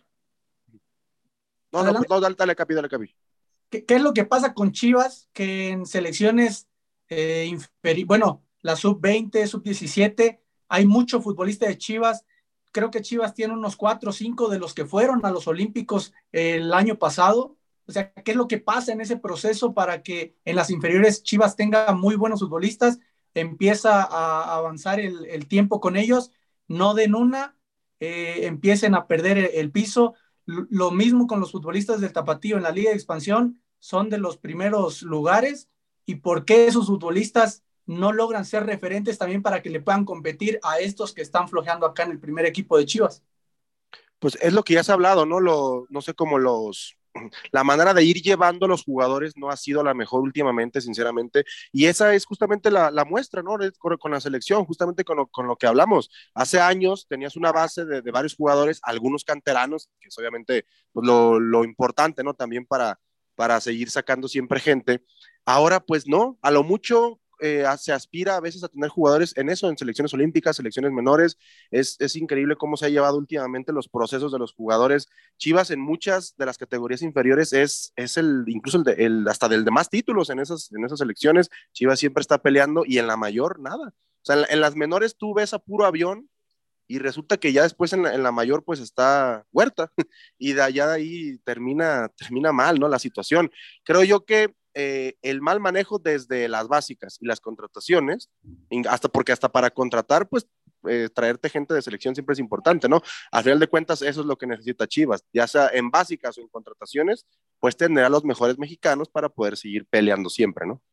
No, no, Adelante. pues no, dale, dale, Capi, dale, Capi. qué, qué es lo que pasa con Chivas? Que en selecciones, eh, inferi- bueno, la sub veinte, sub diecisiete, hay mucho futbolista de Chivas. Creo que Chivas tiene unos cuatro o cinco de los que fueron a los Olímpicos el año pasado. O sea, ¿qué es lo que pasa en ese proceso para que en las inferiores Chivas tenga muy buenos futbolistas? Empieza a avanzar el, el tiempo con ellos, no den una, eh, empiecen a perder el, el piso. L- Lo mismo con los futbolistas del Tapatío en la Liga de Expansión, son de los primeros lugares. ¿Y por qué esos futbolistas no logran ser referentes también para que le puedan competir a estos que están flojeando acá en el primer equipo de Chivas? Pues es lo que ya se ha hablado, ¿no? Lo, no sé cómo los, la manera de ir llevando a los jugadores no ha sido la mejor últimamente, sinceramente, y esa es justamente la, la muestra, ¿no? Con, con la selección, justamente con lo, con lo que hablamos. Hace años tenías una base de, de varios jugadores, algunos canteranos, que es obviamente pues, lo, lo importante, ¿no? También para, para seguir sacando siempre gente. Ahora, pues no, a lo mucho eh, se aspira a veces a tener jugadores en eso, en selecciones olímpicas, selecciones menores. Es, es increíble cómo se ha llevado últimamente los procesos de los jugadores. Chivas en muchas de las categorías inferiores es, es el, incluso el, de, el hasta del de más títulos en esas, en esas selecciones. Chivas siempre está peleando y en la mayor nada. O sea, en, en las menores tú ves a puro avión y resulta que ya después en la, en la mayor pues está Huerta y de allá de ahí termina, termina mal, ¿no? La situación. Creo yo que eh, el mal manejo desde las básicas y las contrataciones, hasta porque hasta para contratar pues eh, traerte gente de selección siempre es importante, ¿no? Al final de cuentas eso es lo que necesita Chivas, ya sea en básicas o en contrataciones, pues tener a los mejores mexicanos para poder seguir peleando siempre, ¿no?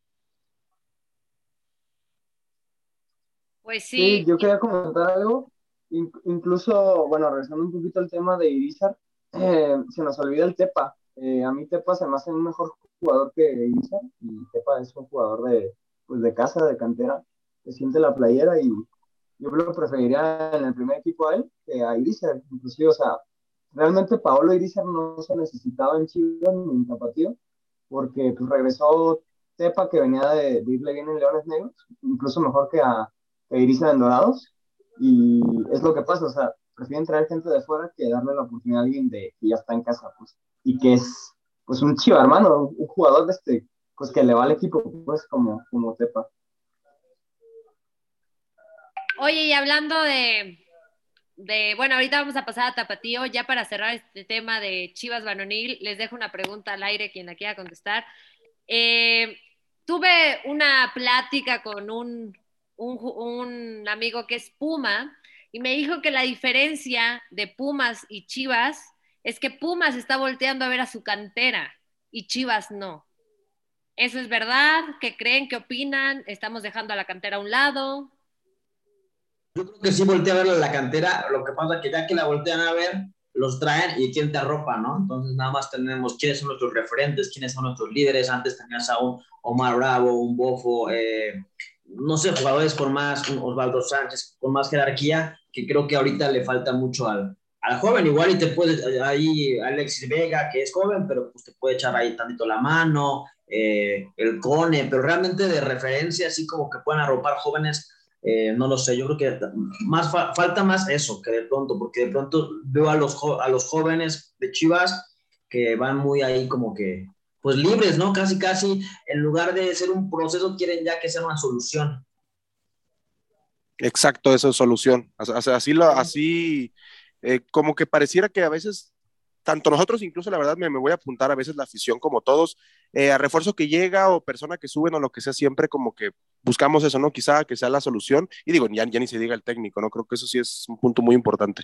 Pues Sí, sí. yo quería comentar algo. In- incluso, bueno, regresando un poquito al tema de Irizar, eh, se nos olvida el Tepa. Eh, a mí Tepa se me hace un mejor jugador que Irizar, y Tepa es un jugador de, pues, de casa, de cantera, que siente la playera, y yo lo preferiría en el primer equipo a él que a Irizar. Inclusive, o sea, realmente Paolo Irizar no se necesitaba en Chivas ni en Tapatío, porque pues regresó Tepa, que venía de, de irle bien en Leones Negros, incluso mejor que a, que a Irizar en Dorados, y es lo que pasa, o sea, prefieren traer gente de fuera que darle la oportunidad a alguien de, que ya está en casa, pues, y que es, pues, un chiva, hermano, un, un jugador de este, pues, que le va al equipo, pues, como, como Tepa. Oye, y hablando de, de, bueno, ahorita vamos a pasar a Tapatío, ya para cerrar este tema de Chivas Varonil, les dejo una pregunta al aire, quien la quiera contestar. Eh, tuve una plática con un, un, un amigo que es Puma, y me dijo que la diferencia de Pumas y Chivas es que Pumas está volteando a ver a su cantera, y Chivas no. ¿Eso es verdad? ¿Qué creen? ¿Qué opinan? ¿Estamos dejando a la cantera a un lado? Yo creo que sí voltea a verla en la cantera, lo que pasa es que ya que la voltean a ver, los traen y quién te arropa, ¿no? Entonces nada más tenemos quiénes son nuestros referentes, quiénes son nuestros líderes. Antes tenías a un Omar Bravo, un Bofo, eh, no sé, jugadores con más, un Osvaldo Sánchez, con más jerarquía, que creo que ahorita le falta mucho al, al joven. Igual y te puede, ahí Alexis Vega, que es joven, pero pues te puede echar ahí tantito la mano, eh, el Cone, pero realmente de referencia, así como que puedan arropar jóvenes. Eh, no lo sé, yo creo que más fa- falta más eso que de pronto, porque de pronto veo a los, jo- a los jóvenes de Chivas que van muy ahí como que, pues libres, ¿no? Casi, casi, en lugar de ser un proceso, quieren ya que sea una solución. Exacto, eso es solución. O sea, así, lo, así eh, como que pareciera que a veces, tanto nosotros, incluso la verdad me, me voy a apuntar a veces la afición como todos, eh, a refuerzo que llega o persona que suben o lo que sea, siempre como que buscamos eso, ¿no? Quizá que sea la solución. Y digo, ya, ya ni se diga el técnico, ¿no? Creo que eso sí es un punto muy importante.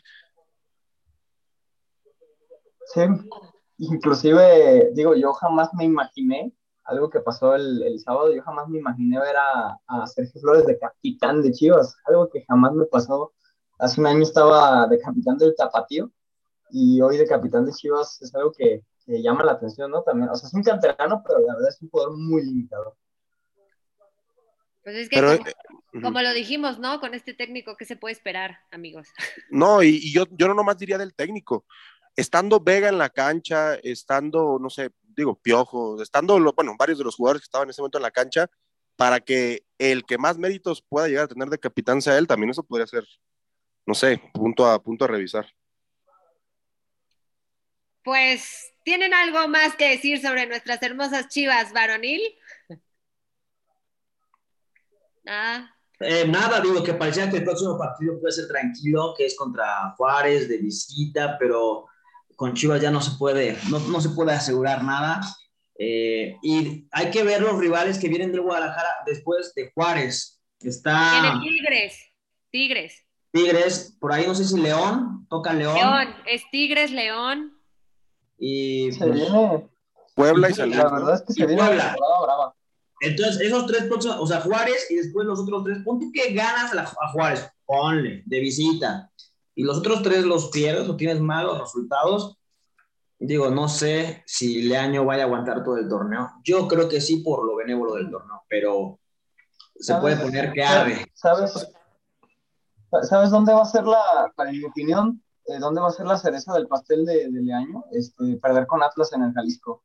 Sí, inclusive, digo, yo jamás me imaginé, algo que pasó el, el sábado, yo jamás me imaginé ver a, a Sergio Flores de capitán de Chivas, algo que jamás me pasó. Hace un año estaba de capitán del Tapatío, y hoy de capitán de Chivas es algo que, que llama la atención, ¿no? También, o sea, es un canterano, pero la verdad es un jugador muy limitado. Pues es que Pero, como, eh, uh-huh. como lo dijimos, ¿no? Con este técnico, ¿qué se puede esperar, amigos? No, y, y yo, yo no nomás diría del técnico. Estando Vega en la cancha, estando, no sé, digo, Piojo, estando, lo, bueno, varios de los jugadores que estaban en ese momento en la cancha, para que el que más méritos pueda llegar a tener de capitán sea él, también eso podría ser, no sé, punto a punto a revisar. Pues, ¿tienen algo más que decir sobre nuestras hermosas Chivas varonil? Ah. Eh, nada, digo que parecía que el próximo partido puede ser tranquilo, que es contra Juárez de visita, pero con Chivas ya no se puede, no, no se puede asegurar nada. Eh, y hay que ver los rivales que vienen del Guadalajara después de Juárez. Está Tiene Tigres, Tigres. Tigres, por ahí no sé si León, toca León. León, es Tigres, León. Y se viene Puebla y, y San Luis, la ¿no? verdad es que se y viene Puebla. una temporada brava. Entonces, esos tres próximos, o sea, Juárez y después los otros tres, ponte que ganas a, la, a Juárez, ponle, de visita, y los otros tres los pierdes o tienes malos resultados, digo, no sé si Leaño vaya a aguantar todo el torneo. Yo creo que sí por lo benévolo del torneo, pero se puede poner que arde. ¿Sabes, ¿Sabes dónde va a ser la, para mi opinión, eh, dónde va a ser la cereza del pastel de, de Leaño? Este, perder con Atlas en el Jalisco.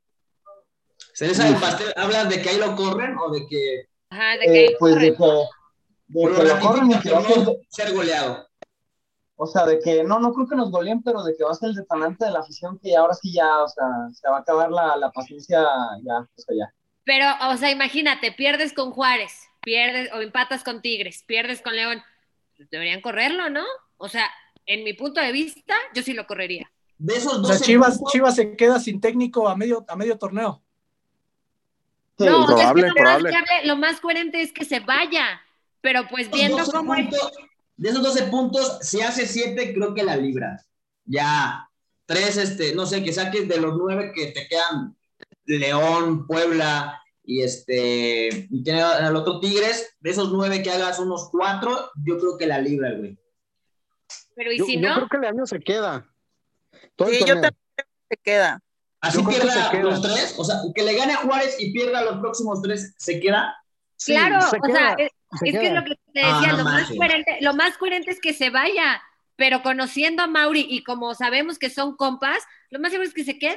¿Cereza del pastel? ¿Hablas de que ahí lo corren o de que...? Ajá, de que eh, pues corren. de que, de lo que lo corren y que va a ser, no ser goleado. O sea, de que no, no creo que nos goleen, pero de que va a ser el detonante de la afición que ahora sí ya, o sea, se va a acabar la, la paciencia ya, o sea, ya. Pero, o sea, imagínate, pierdes con Juárez, pierdes o empatas con Tigres, pierdes con León, deberían correrlo, ¿no? O sea, en mi punto de vista, yo sí lo correría. De esos O sea, Chivas, Chivas se queda sin técnico a medio, a medio torneo. Sí, No, o sea, es que probable, lo, probable. Más viable, lo más coherente es que se vaya, pero pues viendo cómo es. Puntos, de esos doce puntos, si hace siete, creo que la libras. Ya, tres, este, no sé, que saques de los nueve que te quedan León, Puebla y este, y tiene el otro Tigres, de esos nueve que hagas unos cuatro, yo creo que la libra, güey. Pero ¿y Yo, si yo no? creo que el año se queda. Todo el Sí, yo torneo. también creo que se queda. Así Yo creo que pierda se queda. los tres, o sea, que le gane a Juárez y pierda los próximos tres, ¿se queda? Sí, Claro, se o queda, sea, es, se es que queda. es lo que te decía, Ah, no lo, más manches. coherente, lo más coherente es que se vaya, pero conociendo a Mauri y como sabemos que son compas, lo más seguro es que se quede.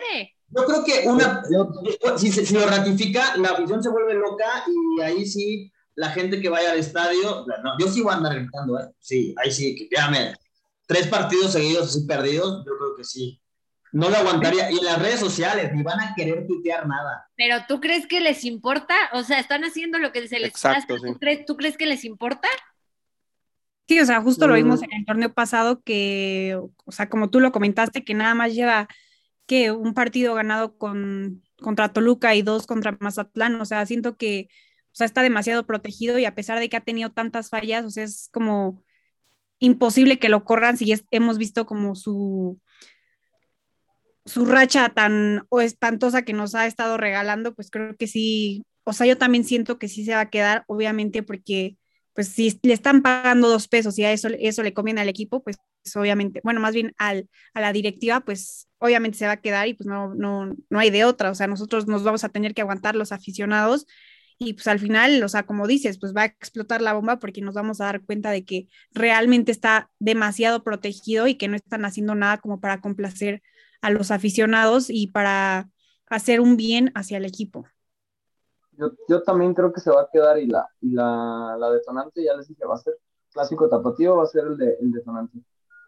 Yo creo que una, si, si lo ratifica, la afición se vuelve loca y ahí sí, la gente que vaya al estadio, no, yo sí voy a andar gritando, ¿eh? Sí, ahí sí, que créame, tres partidos seguidos así perdidos, yo creo que sí. No lo aguantaría. Y en las redes sociales, ni van a querer tuitear nada. Pero ¿tú crees que les importa? O sea, están haciendo lo que se les pasa. Exacto, sí. ¿Tú crees, ¿Tú crees que les importa? Sí, o sea, justo lo Mm. vimos en el torneo pasado que, o sea, como tú lo comentaste, que nada más lleva que un partido ganado con, contra Toluca y dos contra Mazatlán, o sea, siento que, o sea, está demasiado protegido y a pesar de que ha tenido tantas fallas, o sea, es como imposible que lo corran si es- hemos visto como su, su racha tan o espantosa que nos ha estado regalando, pues creo que sí, o sea, yo también siento que sí se va a quedar, obviamente, porque pues si le están pagando dos pesos y a eso, eso le conviene al equipo, pues obviamente, bueno, más bien al, a la directiva, pues obviamente se va a quedar y pues no, no, no hay de otra, o sea, nosotros nos vamos a tener que aguantar los aficionados y pues al final, o sea, como dices, pues va a explotar la bomba porque nos vamos a dar cuenta de que realmente está demasiado protegido y que no están haciendo nada como para complacer a los aficionados y para hacer un bien hacia el equipo. Yo, yo también creo que se va a quedar y la, y la, la detonante, ya les dije, va a ser clásico tapatío, va a ser el, de, el detonante.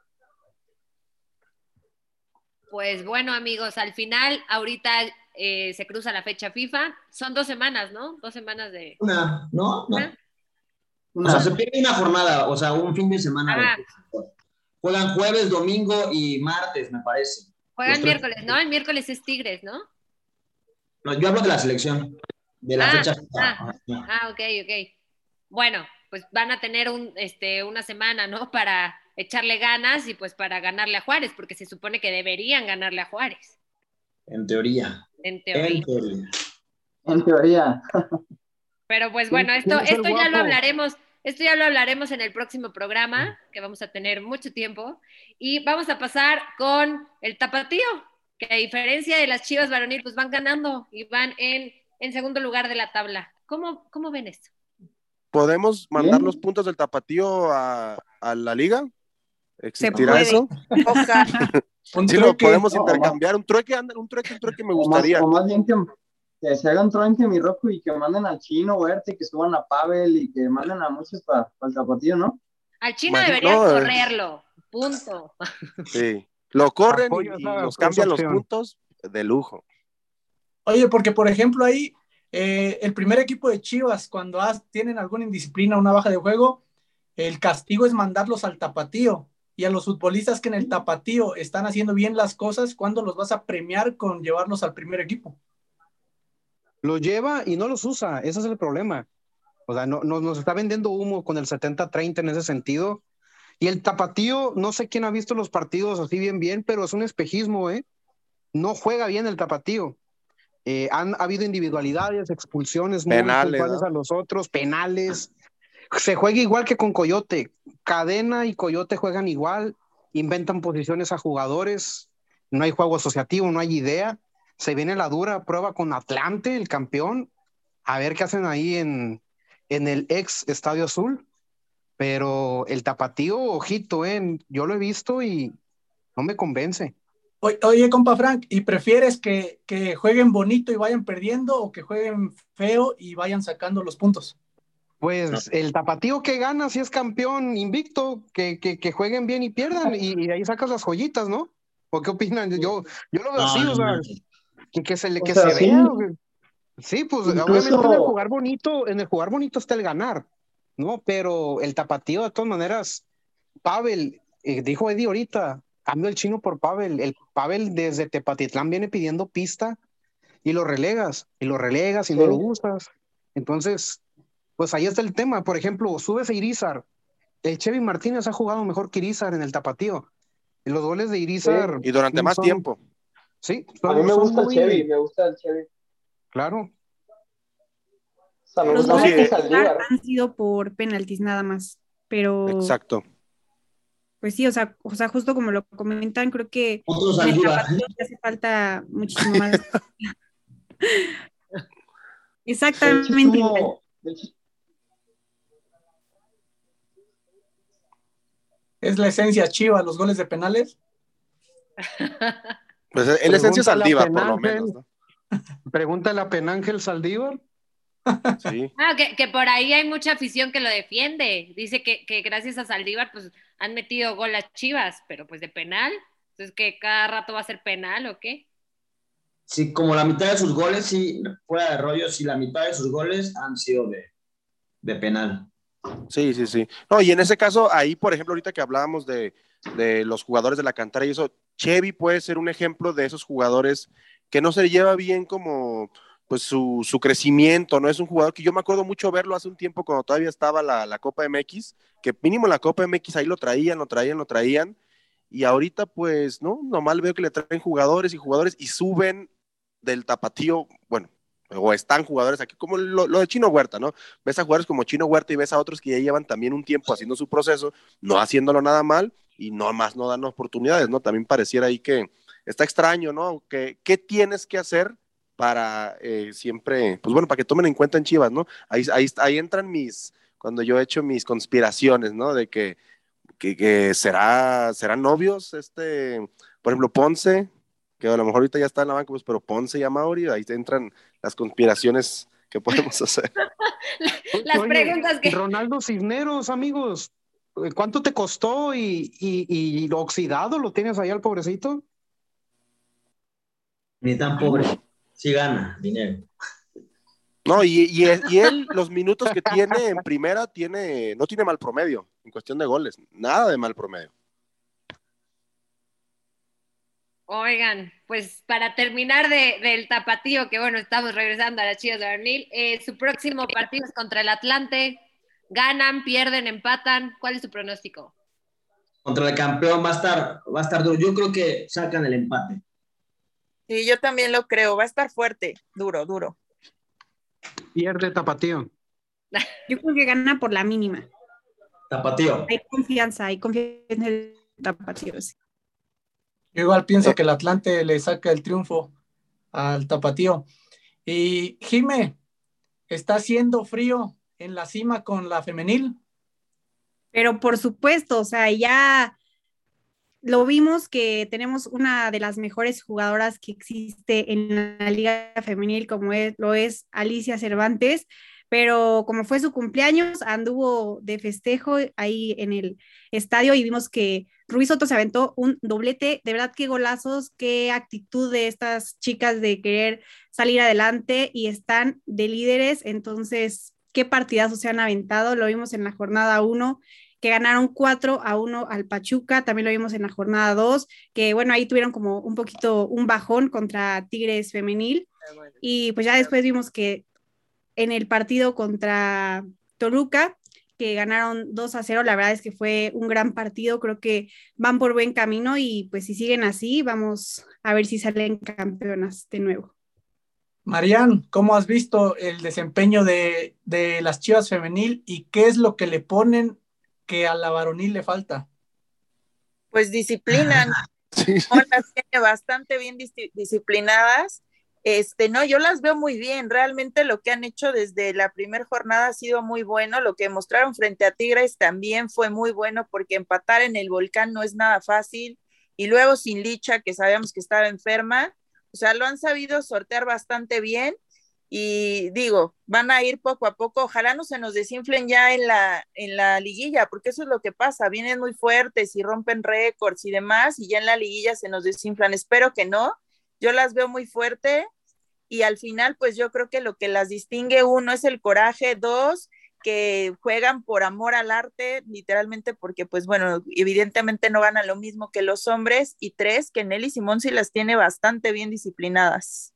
Pues bueno, amigos, al final, ahorita eh, se cruza la fecha FIFA. Son dos semanas, ¿no? Dos semanas de... Una, ¿no? no. ¿Ah? O sea, se pierde una jornada, o sea, un fin de semana. Ah. De... Juegan jueves, domingo y martes, me parece. Juegan miércoles, ¿no? El miércoles es Tigres, ¿no? No, yo hablo de la selección, de la ah, fecha. Ah, ah, ok, ok. Bueno, pues van a tener un, este, una semana, ¿no? Para echarle ganas y pues para ganarle a Juárez, porque se supone que deberían ganarle a Juárez. En teoría. En teoría. En teoría. En teoría. Pero pues bueno, esto, esto ya lo hablaremos, esto ya lo hablaremos en el próximo programa, que vamos a tener mucho tiempo, y vamos a pasar con el tapatío, que a diferencia de las Chivas varonil, pues van ganando y van en, en segundo lugar de la tabla. ¿Cómo, cómo ven esto? ¿Podemos mandar Bien. los puntos del tapatío a, a la liga? Se ¿Existirá puede. eso? Ojalá. Un Sí, lo trueque. podemos No, intercambiar. Un trueque, anda, un trueque, un trueque me O más, gustaría. o más bien que, que se hagan truenque mi rojo y que manden al Chino Huerta y que suban a Pavel y que manden a muchos para el tapatío, ¿no? Al Chino Imagino- deberían no, eh. correrlo, punto. Sí. Lo corren Apoyo y, y esa- nos esa cambian los opción. puntos de lujo. Oye, porque por ejemplo ahí, eh, el primer equipo de Chivas, cuando has- tienen alguna indisciplina, una baja de juego, el castigo es mandarlos al tapatío. Y a los futbolistas que en el tapatío están haciendo bien las cosas, ¿cuándo los vas a premiar con llevarlos al primer equipo? Los lleva y no los usa, ese es el problema. O sea, no, no- nos está vendiendo humo con el setenta treinta en ese sentido. Y el tapatío, no sé quién ha visto los partidos así bien, bien, pero es un espejismo, ¿eh? No juega bien el tapatío. Eh, han habido individualidades, expulsiones muy Penales, puntuales ¿no? a los otros, penales. Se juega igual que con Coyote. Cadena y Coyote juegan igual, inventan posiciones a jugadores, no hay juego asociativo, no hay idea. Se viene la dura prueba con Atlante, el campeón, a ver qué hacen ahí en, en el ex Estadio Azul. Pero el tapatío, ojito, ¿eh? Yo lo he visto y no me convence. Oye, oye, compa Frank, ¿y prefieres que, que jueguen bonito y vayan perdiendo o que jueguen feo y vayan sacando los puntos? Pues el tapatío que gana si es campeón invicto, que, que, que jueguen bien y pierdan, y, y de ahí sacas las joyitas, ¿no? ¿O qué opinan? Yo, yo lo veo No, así, no o sea, manches. que, que se, le, O que sea, se sí. vea. güey. Sí, pues Incluso- obviamente en el jugar bonito, en el jugar bonito está el ganar, ¿no? Pero el tapatío, de todas maneras, Pavel, eh, dijo Eddie ahorita, cambio el Chino por Pavel. El Pavel desde Tepatitlán viene pidiendo pista y lo relegas, y lo relegas y Sí. no lo usas. Entonces, pues ahí está el tema. Por ejemplo, subes a Irizar. El Chevy Martínez ha jugado mejor que Irizar en el tapatío. Y los goles de Irizar. Y durante más son- tiempo. Sí, A son- mí me son gusta muy- el Chevy, me gusta el Chevy. Claro. O sea, me Los gusta No, más sí, que eh, Saldívar. han sido por penaltis nada más, pero Exacto. pues sí, o sea, o sea, justo como lo comentan, creo que Otros en el Saldívar. tapatío te hace falta muchísimo más. De hecho, Exactamente. estuvo- de hecho, Es la esencia Chiva, los goles de penales. Pues en esencia Saldívar, por lo menos, ¿no? Pregúntale a Penángel Saldívar. Sí. Ah, que, que por ahí hay mucha afición que lo defiende. Dice que, que gracias a Saldívar pues han metido gol a Chivas, pero pues de penal. Entonces, ¿que cada rato va a ser penal o qué? Sí, como la mitad de sus goles, sí, fuera de rollo, sí, la mitad de sus goles han sido de, de penal. Sí, sí, sí. No, y en ese caso, ahí, por ejemplo, ahorita que hablábamos de, de los jugadores de la cantera y eso, Chevy puede ser un ejemplo de esos jugadores que no se lleva bien como pues su, su crecimiento, ¿no? Es un jugador que yo me acuerdo mucho verlo hace un tiempo cuando todavía estaba la, la Copa M X, que mínimo la Copa M X ahí lo traían, lo traían, lo traían, y ahorita pues, ¿no? Normal veo que le traen jugadores y jugadores y suben del tapatío, bueno, o están jugadores aquí, como lo, lo de Chino Huerta, ¿no? Ves a jugadores como Chino Huerta y ves a otros que ya llevan también un tiempo haciendo su proceso, no haciéndolo nada mal, y no más no dan oportunidades, ¿no? También pareciera ahí que está extraño, ¿no? Que, ¿qué tienes que hacer para eh, siempre, pues bueno, para que tomen en cuenta en Chivas, ¿no? Ahí, ahí, ahí entran mis, cuando yo he hecho mis conspiraciones, ¿no? De que, que, que será, serán novios, este, por ejemplo, Ponce, que a lo mejor ahorita ya está en la banca, pues, pero Ponce y Amauri, ahí entran las conspiraciones que podemos hacer. Las Oye, preguntas que... Ronaldo Cisneros, amigos, ¿cuánto te costó y, y, y lo oxidado lo tienes ahí al pobrecito? Ni tan pobre, sí gana dinero. No, y, y, y él, los minutos que tiene en primera, tiene, no tiene mal promedio en cuestión de goles, nada de mal promedio. Oigan, pues para terminar de, del tapatío, que bueno, estamos regresando a las Chivas de Varonil, eh, su próximo partido es contra el Atlante. ¿Ganan, pierden, empatan? ¿Cuál es su pronóstico? Contra el campeón va a estar, va a estar duro. Yo creo que sacan el empate. Sí, yo también lo creo, va a estar fuerte, duro, duro. Pierde Tapatío. Yo creo que gana por la mínima. Tapatío. Hay confianza, hay confianza en el Tapatío. Sí. Yo igual pienso que el Atlante le saca el triunfo al Tapatío. Y Jime, ¿está haciendo frío en la cima con la femenil? Pero por supuesto, o sea, ya lo vimos que tenemos una de las mejores jugadoras que existe en la liga femenil, como es, lo es Alicia Cervantes, pero como fue su cumpleaños, anduvo de festejo ahí en el estadio y vimos que Rubí Soto se aventó un doblete. De verdad, qué golazos, qué actitud de estas chicas de querer salir adelante y están de líderes. Entonces, qué partidazos se han aventado. Lo vimos en la jornada uno, que ganaron cuatro a uno al Pachuca. También lo vimos en la jornada dos, que bueno, ahí tuvieron como un poquito un bajón contra Tigres femenil. Y pues ya después vimos que en el partido contra Toluca, que ganaron dos a cero, la verdad es que fue un gran partido, creo que van por buen camino y pues si siguen así, vamos a ver si salen campeonas de nuevo. Marian, ¿cómo has visto el desempeño de, de las Chivas femenil y qué es lo que le ponen que a la varonil le falta? Pues disciplinan, Sí. no, las tiene bastante bien dis disciplinadas. Este, no, yo las veo muy bien, realmente lo que han hecho desde la primera jornada ha sido muy bueno, lo que mostraron frente a Tigres también fue muy bueno porque empatar en el Volcán no es nada fácil, y luego sin Licha, que sabíamos que estaba enferma, o sea, lo han sabido sortear bastante bien, y digo, van a ir poco a poco, ojalá no se nos desinflen ya en la, en la liguilla, porque eso es lo que pasa, vienen muy fuertes y rompen récords y demás, y ya en la liguilla se nos desinflan, espero que no. Yo las veo muy fuerte y al final pues yo creo que lo que las distingue, uno es el coraje, dos, que juegan por amor al arte, literalmente porque pues bueno, evidentemente no ganan lo mismo que los hombres, y tres, que Nelly Simón sí las tiene bastante bien disciplinadas.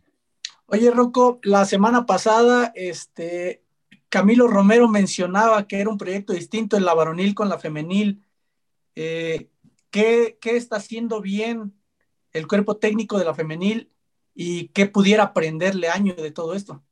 Oye, Rocco, la semana pasada este, Camilo Romero mencionaba que era un proyecto distinto en la varonil con la femenil. Eh, ¿qué, ¿Qué está haciendo bien el cuerpo técnico de la femenil y qué pudiera aprenderle año de todo esto?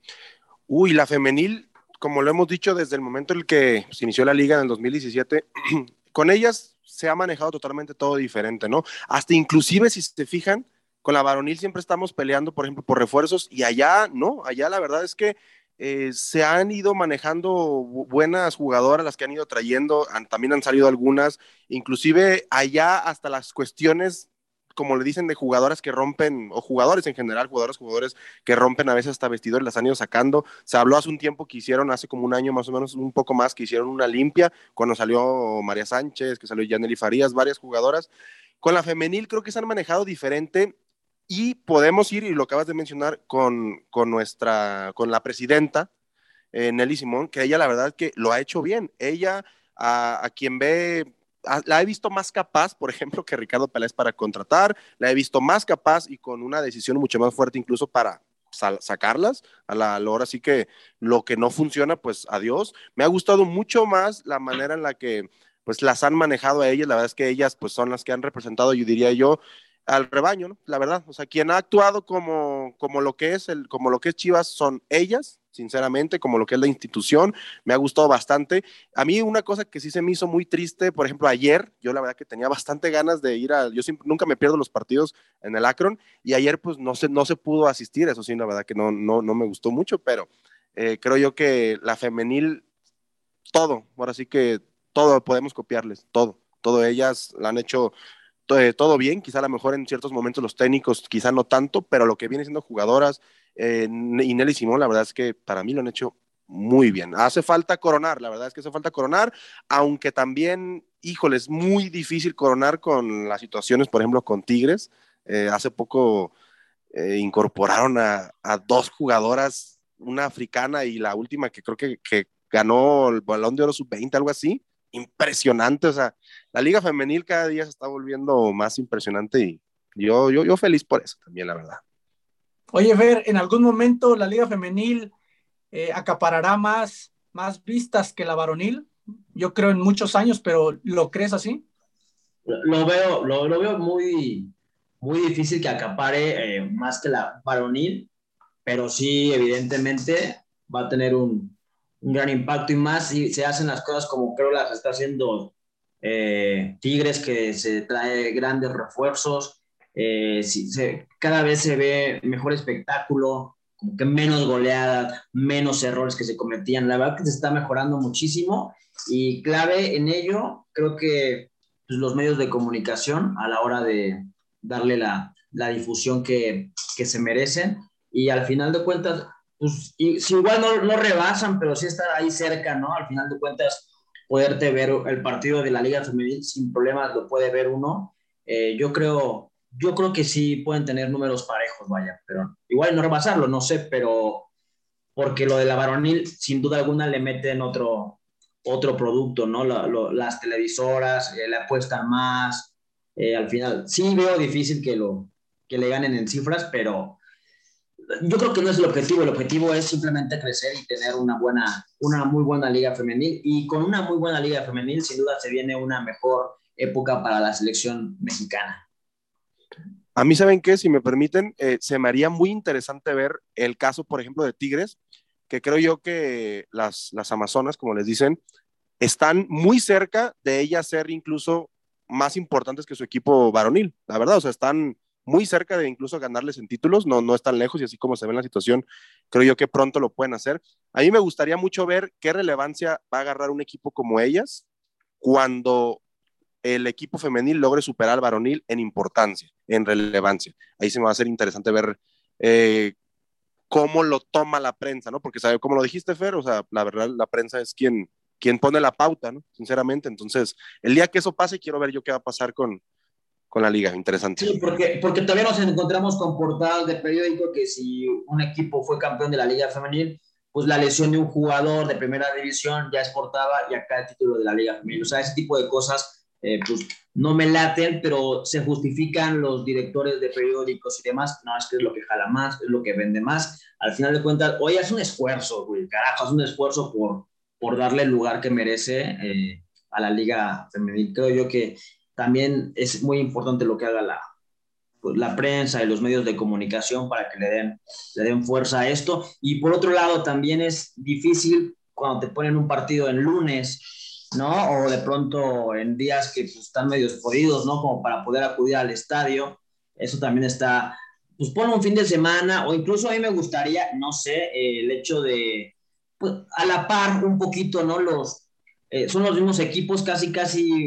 Uy, la femenil, como lo hemos dicho desde el momento en el que se inició la liga en el dos mil diecisiete, con ellas se ha manejado totalmente todo diferente, ¿no? Hasta inclusive, si se fijan, con la varonil siempre estamos peleando, por ejemplo, por refuerzos, y allá no, allá la verdad es que eh, se han ido manejando buenas jugadoras, las que han ido trayendo, han, también han salido algunas, inclusive allá hasta las cuestiones como le dicen, de jugadoras que rompen, o jugadores en general, jugadores, jugadores que rompen a veces hasta vestidores, las han ido sacando. Se habló hace un tiempo que hicieron, hace como un año más o menos, un poco más, que hicieron una limpia, cuando salió María Sánchez, que salió Yaneli Farías, varias jugadoras. Con la femenil creo que se han manejado diferente, y podemos ir, y lo acabas de mencionar, con, con nuestra, con la presidenta, eh, Nelly Simón, que ella la verdad que lo ha hecho bien. Ella, a, a quien ve, a, la he visto más capaz, por ejemplo, que Ricardo Peláez para contratar, la he visto más capaz y con una decisión mucho más fuerte incluso para sal, sacarlas a la, a la hora. Así que lo que no funciona, pues adiós. Me ha gustado mucho más la manera en la que pues las han manejado a ellas. La verdad es que ellas pues son las que han representado, yo diría yo, al rebaño, ¿no? La verdad, o sea, quien ha actuado como, como lo que es el, como lo que es Chivas son ellas, sinceramente, como lo que es la institución. Me ha gustado bastante. A mí una cosa que sí se me hizo muy triste, por ejemplo, ayer, yo la verdad que tenía bastante ganas de ir a, yo siempre, nunca me pierdo los partidos en el Akron, y ayer pues no se, no se pudo asistir, eso sí, la verdad que no, no, no me gustó mucho, pero eh, creo yo que la femenil, todo, ahora sí que todo podemos copiarles, todo, todo ellas la han hecho todo bien, quizá a lo mejor en ciertos momentos los técnicos, quizá no tanto, pero lo que viene siendo jugadoras, eh, y Nelly Simón, la verdad es que para mí lo han hecho muy bien. Hace falta coronar, la verdad es que hace falta coronar, aunque también, híjole, es muy difícil coronar con las situaciones, por ejemplo, con Tigres. Eh, hace poco eh, incorporaron a, a dos jugadoras, una africana y la última que creo que, que ganó el Balón de Oro sub veinte, algo así. Impresionante, o sea, la liga femenil cada día se está volviendo más impresionante, y yo, yo, yo feliz por eso también, la verdad. Oye, Fer, ¿en algún momento la liga femenil eh, acaparará más, más vistas que la varonil? Yo creo en muchos años, pero ¿lo crees así? Lo, lo veo, lo, lo veo muy, muy difícil que acapare eh, más que la varonil, pero sí, evidentemente va a tener un, un gran impacto, y más si se hacen las cosas como creo las está haciendo eh, Tigres, que se trae grandes refuerzos, eh, si se, cada vez se ve mejor espectáculo, como que menos goleadas, menos errores que se cometían. La verdad que se está mejorando muchísimo, y clave en ello creo que pues, los medios de comunicación a la hora de darle la, la difusión que, que se merecen, y al final de cuentas pues, y, si igual no, no rebasan, pero sí están ahí cerca, ¿no? Al final de cuentas, poderte ver el partido de la Liga Femenil sin problemas, lo puede ver uno. Eh, yo creo, yo creo que sí pueden tener números parejos, vaya, pero igual no rebasarlo, no sé, pero porque lo de la varonil, sin duda alguna, le meten otro, otro producto, ¿no? La, lo, las televisoras eh, le apuestan más. Eh, al final, sí veo difícil que, lo, que le ganen en cifras, pero yo creo que no es el objetivo. El objetivo es simplemente crecer y tener una buena, una muy buena liga femenil, y con una muy buena liga femenil sin duda se viene una mejor época para la selección mexicana. A mí, ¿saben qué? Si me permiten, eh, se me haría muy interesante ver el caso, por ejemplo, de Tigres, que creo yo que las, las Amazonas, como les dicen, están muy cerca de ellas ser incluso más importantes que su equipo varonil, la verdad, o sea, están muy cerca de incluso ganarles en títulos, no, no están lejos, y así como se ve en la situación, creo yo que pronto lo pueden hacer. A mí me gustaría mucho ver qué relevancia va a agarrar un equipo como ellas cuando el equipo femenil logre superar al varonil en importancia, en relevancia. Ahí se me va a hacer interesante ver eh, cómo lo toma la prensa, ¿no? Porque, ¿sabe? Como lo dijiste, Fer, o sea, la verdad, la prensa es quien, quien pone la pauta, ¿no? Sinceramente, entonces, el día que eso pase, quiero ver yo qué va a pasar con, con la liga, interesante. Sí, porque, porque todavía nos encontramos con portadas de periódico que si un equipo fue campeón de la liga femenil, pues la lesión de un jugador de primera división ya exportaba, y acá el título de la liga femenil. O sea, ese tipo de cosas, eh, pues no me laten, pero se justifican los directores de periódicos y demás. No, es que es lo que jala más, es lo que vende más. Al final de cuentas, oye, es un esfuerzo, güey, carajo, es un esfuerzo por, por darle el lugar que merece eh, a la liga femenil. Creo yo que también es muy importante lo que haga la, pues, la prensa y los medios de comunicación para que le den, le den fuerza a esto. Y por otro lado, también es difícil cuando te ponen un partido en lunes, ¿no? O de pronto en días que pues, están medio jodidos, ¿no? Como para poder acudir al estadio. Eso también está, pues pon un fin de semana, o incluso a mí me gustaría, no sé, eh, el hecho de, pues a la par un poquito, ¿no? Los, eh, son los mismos equipos, casi, casi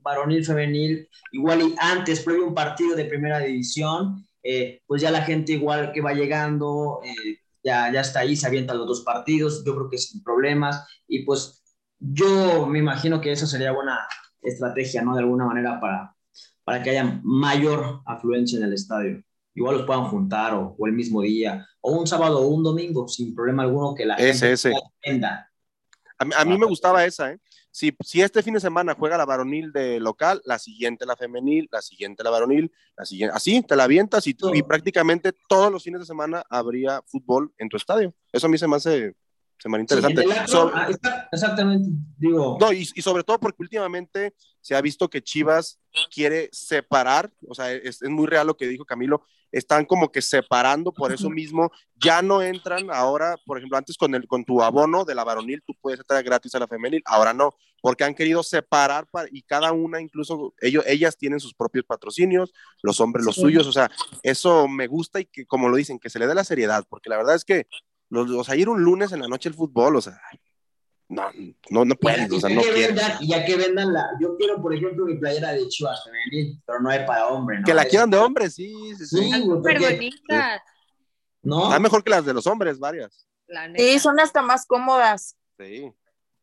varonil, femenil, igual y antes, previo a un partido de primera división, eh, pues ya la gente igual que va llegando, eh, ya, ya está ahí, se avientan los dos partidos, yo creo que sin problemas, y pues yo me imagino que eso sería buena estrategia, ¿no? De alguna manera para, para que haya mayor afluencia en el estadio. Igual los puedan juntar o, o el mismo día, o un sábado o un domingo, sin problema alguno, que la ese, gente ese. venda. A, a mí me gustaba esa, ¿eh? Si, si este fin de semana juega la varonil de local, la siguiente la femenil, la siguiente la varonil, la siguiente, así te la avientas y, y prácticamente todos los fines de semana habría fútbol en tu estadio. Eso a mí se me hace, se me hace interesante. Sí, en el acro, so, ah, exactamente, digo. No, y, y sobre todo porque últimamente se ha visto que Chivas quiere separar, o sea, es, es muy real lo que dijo Camilo, están como que separando, por eso mismo ya no entran ahora, por ejemplo, antes con, el, con tu abono de la varonil tú puedes entrar gratis a la femenil, ahora no, porque han querido separar para, y cada una, incluso ellos, ellas tienen sus propios patrocinios, los hombres los sí. suyos, o sea, eso me gusta y que como lo dicen, que se le dé la seriedad, porque la verdad es que los, o sea, ir un lunes en la noche al fútbol, o sea, no, no, no pueden, ya, o sea, ya no que quieren. vendan, ya que vendan la, yo quiero, por ejemplo, mi playera de Chivas femenil, pero no es para hombre, ¿no? Que la es, quieran de hombre, sí, sí, sí. Están súper bonitas. ¿No? Está mejor que las de los hombres, varias. Sí, son hasta más cómodas. Sí.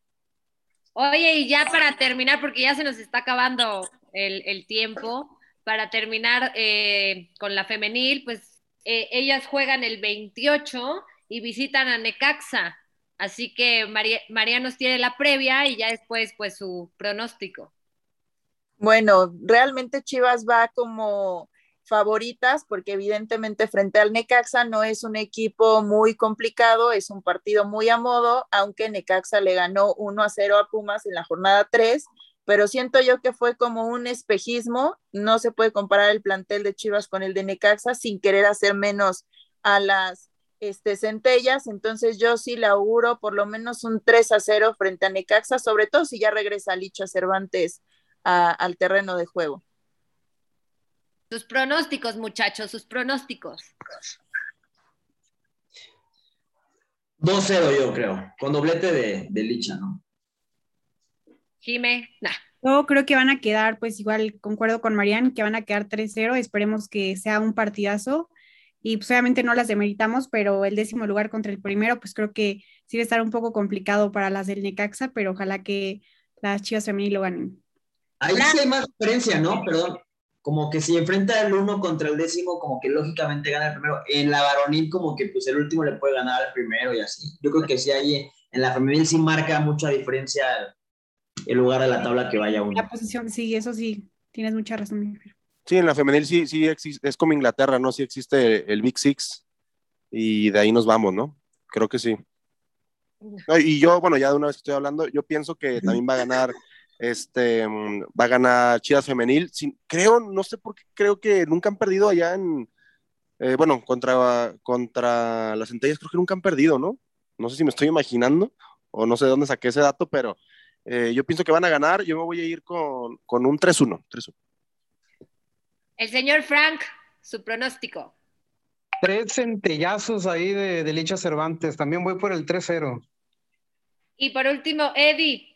Oye, y ya para terminar, porque ya se nos está acabando el, el tiempo, para terminar eh, con la femenil, pues eh, ellas juegan el veintiocho y visitan a Necaxa. Así que María, María nos tiene la previa y ya después, pues, su pronóstico. Bueno, realmente Chivas va como favoritas porque evidentemente frente al Necaxa no es un equipo muy complicado, es un partido muy a modo, aunque Necaxa le ganó uno a cero a Pumas en la jornada tres, pero siento yo que fue como un espejismo, no se puede comparar el plantel de Chivas con el de Necaxa sin querer hacer menos a las Este, centellas, entonces yo sí le auguro por lo menos un tres a cero frente a Necaxa, sobre todo si ya regresa Licha Cervantes a, al terreno de juego. Sus pronósticos, muchachos, sus pronósticos. dos cero yo creo, con doblete de, de Licha, ¿no? Jime, nah. Yo creo que van a quedar, pues igual concuerdo con Marian, que van a quedar tres cero, esperemos que sea un partidazo. Y pues obviamente no las demeritamos, pero el décimo lugar contra el primero, pues creo que sí va a estar un poco complicado para las del Necaxa, pero ojalá que las Chivas femenil lo ganen. Ahí sí hay más diferencia, ¿no? Perdón, como que si enfrenta el uno contra el décimo, como que lógicamente gana el primero. En la varonil como que pues el último le puede ganar al primero y así. Yo creo que sí hay, en la femenil sí marca mucha diferencia el lugar de la tabla que vaya uno. La posición, sí, eso sí, tienes mucha razón. Sí, en la femenil sí, sí existe, es como Inglaterra, ¿no? Sí existe el Big Six y de ahí nos vamos, ¿no? Creo que sí. No, y yo, bueno, ya de una vez que estoy hablando, yo pienso que también va a ganar, este, va a ganar Chivas femenil. Sin, creo, no sé por qué, creo que nunca han perdido allá en, eh, bueno, contra, contra las Centellas, creo que nunca han perdido, ¿no? No sé si me estoy imaginando o no sé de dónde saqué ese dato, pero eh, yo pienso que van a ganar. Yo me voy a ir con, con un tres uno. El señor Frank, su pronóstico. Tres centellazos ahí de, de Licha Cervantes. También voy por el tres cero. Y por último, Eddie.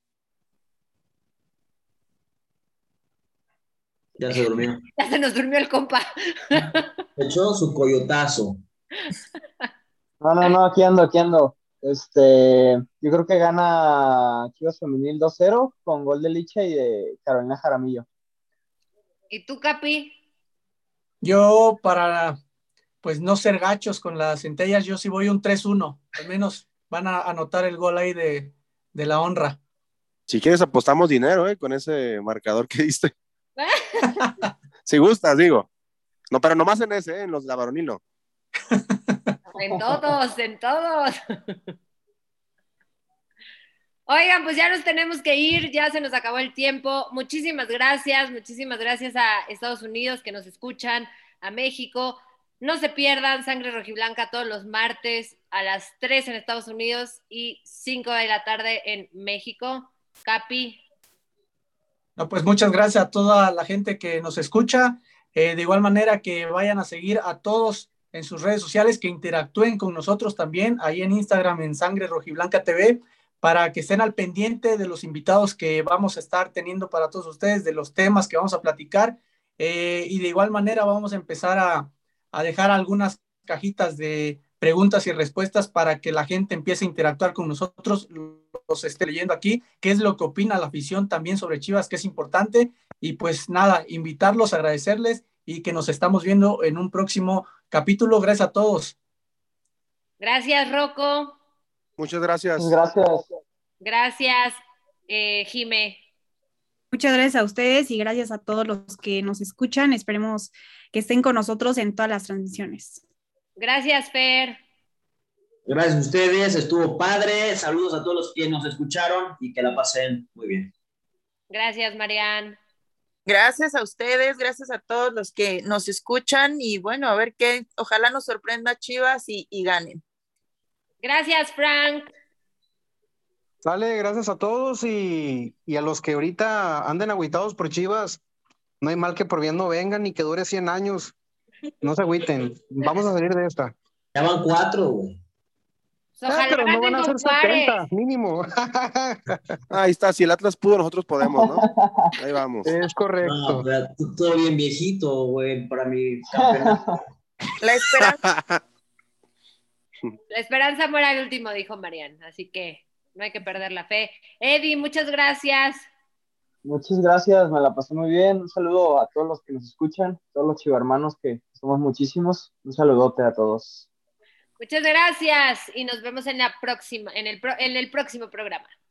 Ya se durmió. Ya se nos durmió el compa. Echó su coyotazo. No, no, no, aquí ando, aquí ando. Este, yo creo que gana Chivas Femenil dos cero con gol de Licha y de Carolina Jaramillo. ¿Y tú, Capi? Yo, para pues no ser gachos con las centellas, yo sí voy un tres uno. Al menos van a anotar el gol ahí de, de la honra. Si quieres apostamos dinero, ¿eh? Con ese marcador que diste. Si gustas, digo. No, pero nomás en ese, ¿eh? En los de la varonil no. En todos, en todos. Oigan, pues ya nos tenemos que ir, ya se nos acabó el tiempo. Muchísimas gracias, muchísimas gracias a Estados Unidos que nos escuchan, a México. No se pierdan Sangre Rojiblanca todos los martes a las tres en Estados Unidos y cinco de la tarde en México. Capi. No, pues muchas gracias a toda la gente que nos escucha. Eh, de igual manera que vayan a seguir a todos en sus redes sociales, que interactúen con nosotros también, ahí en Instagram en Sangre Rojiblanca T V, para que estén al pendiente de los invitados que vamos a estar teniendo para todos ustedes, de los temas que vamos a platicar, eh, y de igual manera vamos a empezar a, a dejar algunas cajitas de preguntas y respuestas para que la gente empiece a interactuar con nosotros, los esté leyendo aquí, qué es lo que opina la afición también sobre Chivas, que es importante, y pues nada, invitarlos, agradecerles y que nos estamos viendo en un próximo capítulo. Gracias a todos. Gracias, Rocco. Muchas gracias. Gracias. Gracias, eh, Jime. Muchas gracias a ustedes y gracias a todos los que nos escuchan. Esperemos que estén con nosotros en todas las transmisiones. Gracias, Fer. Gracias a ustedes, estuvo padre. Saludos a todos los que nos escucharon y que la pasen muy bien. Gracias, Marian. Gracias a ustedes, gracias a todos los que nos escuchan y bueno, a ver qué, ojalá nos sorprenda Chivas y, y ganen. Gracias, Frank. Sale, gracias a todos y, y a los que ahorita anden agüitados por Chivas, no hay mal que por bien no vengan ni que dure cien años. No se agüiten, vamos a salir de esta. Ya van cuatro, güey. Ojalá Ah, pero no van a ser setenta, mínimo. Ahí está, si el Atlas pudo, nosotros podemos, ¿no? Ahí vamos. Es correcto. No, pero todo bien viejito, güey, para mi campeonato. La esperanza. La esperanza muere al último, dijo Marian, así que no hay que perder la fe. Eddie, muchas gracias. Muchas gracias, me la pasé muy bien. Un saludo a todos los que nos escuchan, todos los chivermanos que somos muchísimos. Un saludote a todos. Muchas gracias y nos vemos en la próxima, en el, pro, en el próximo programa.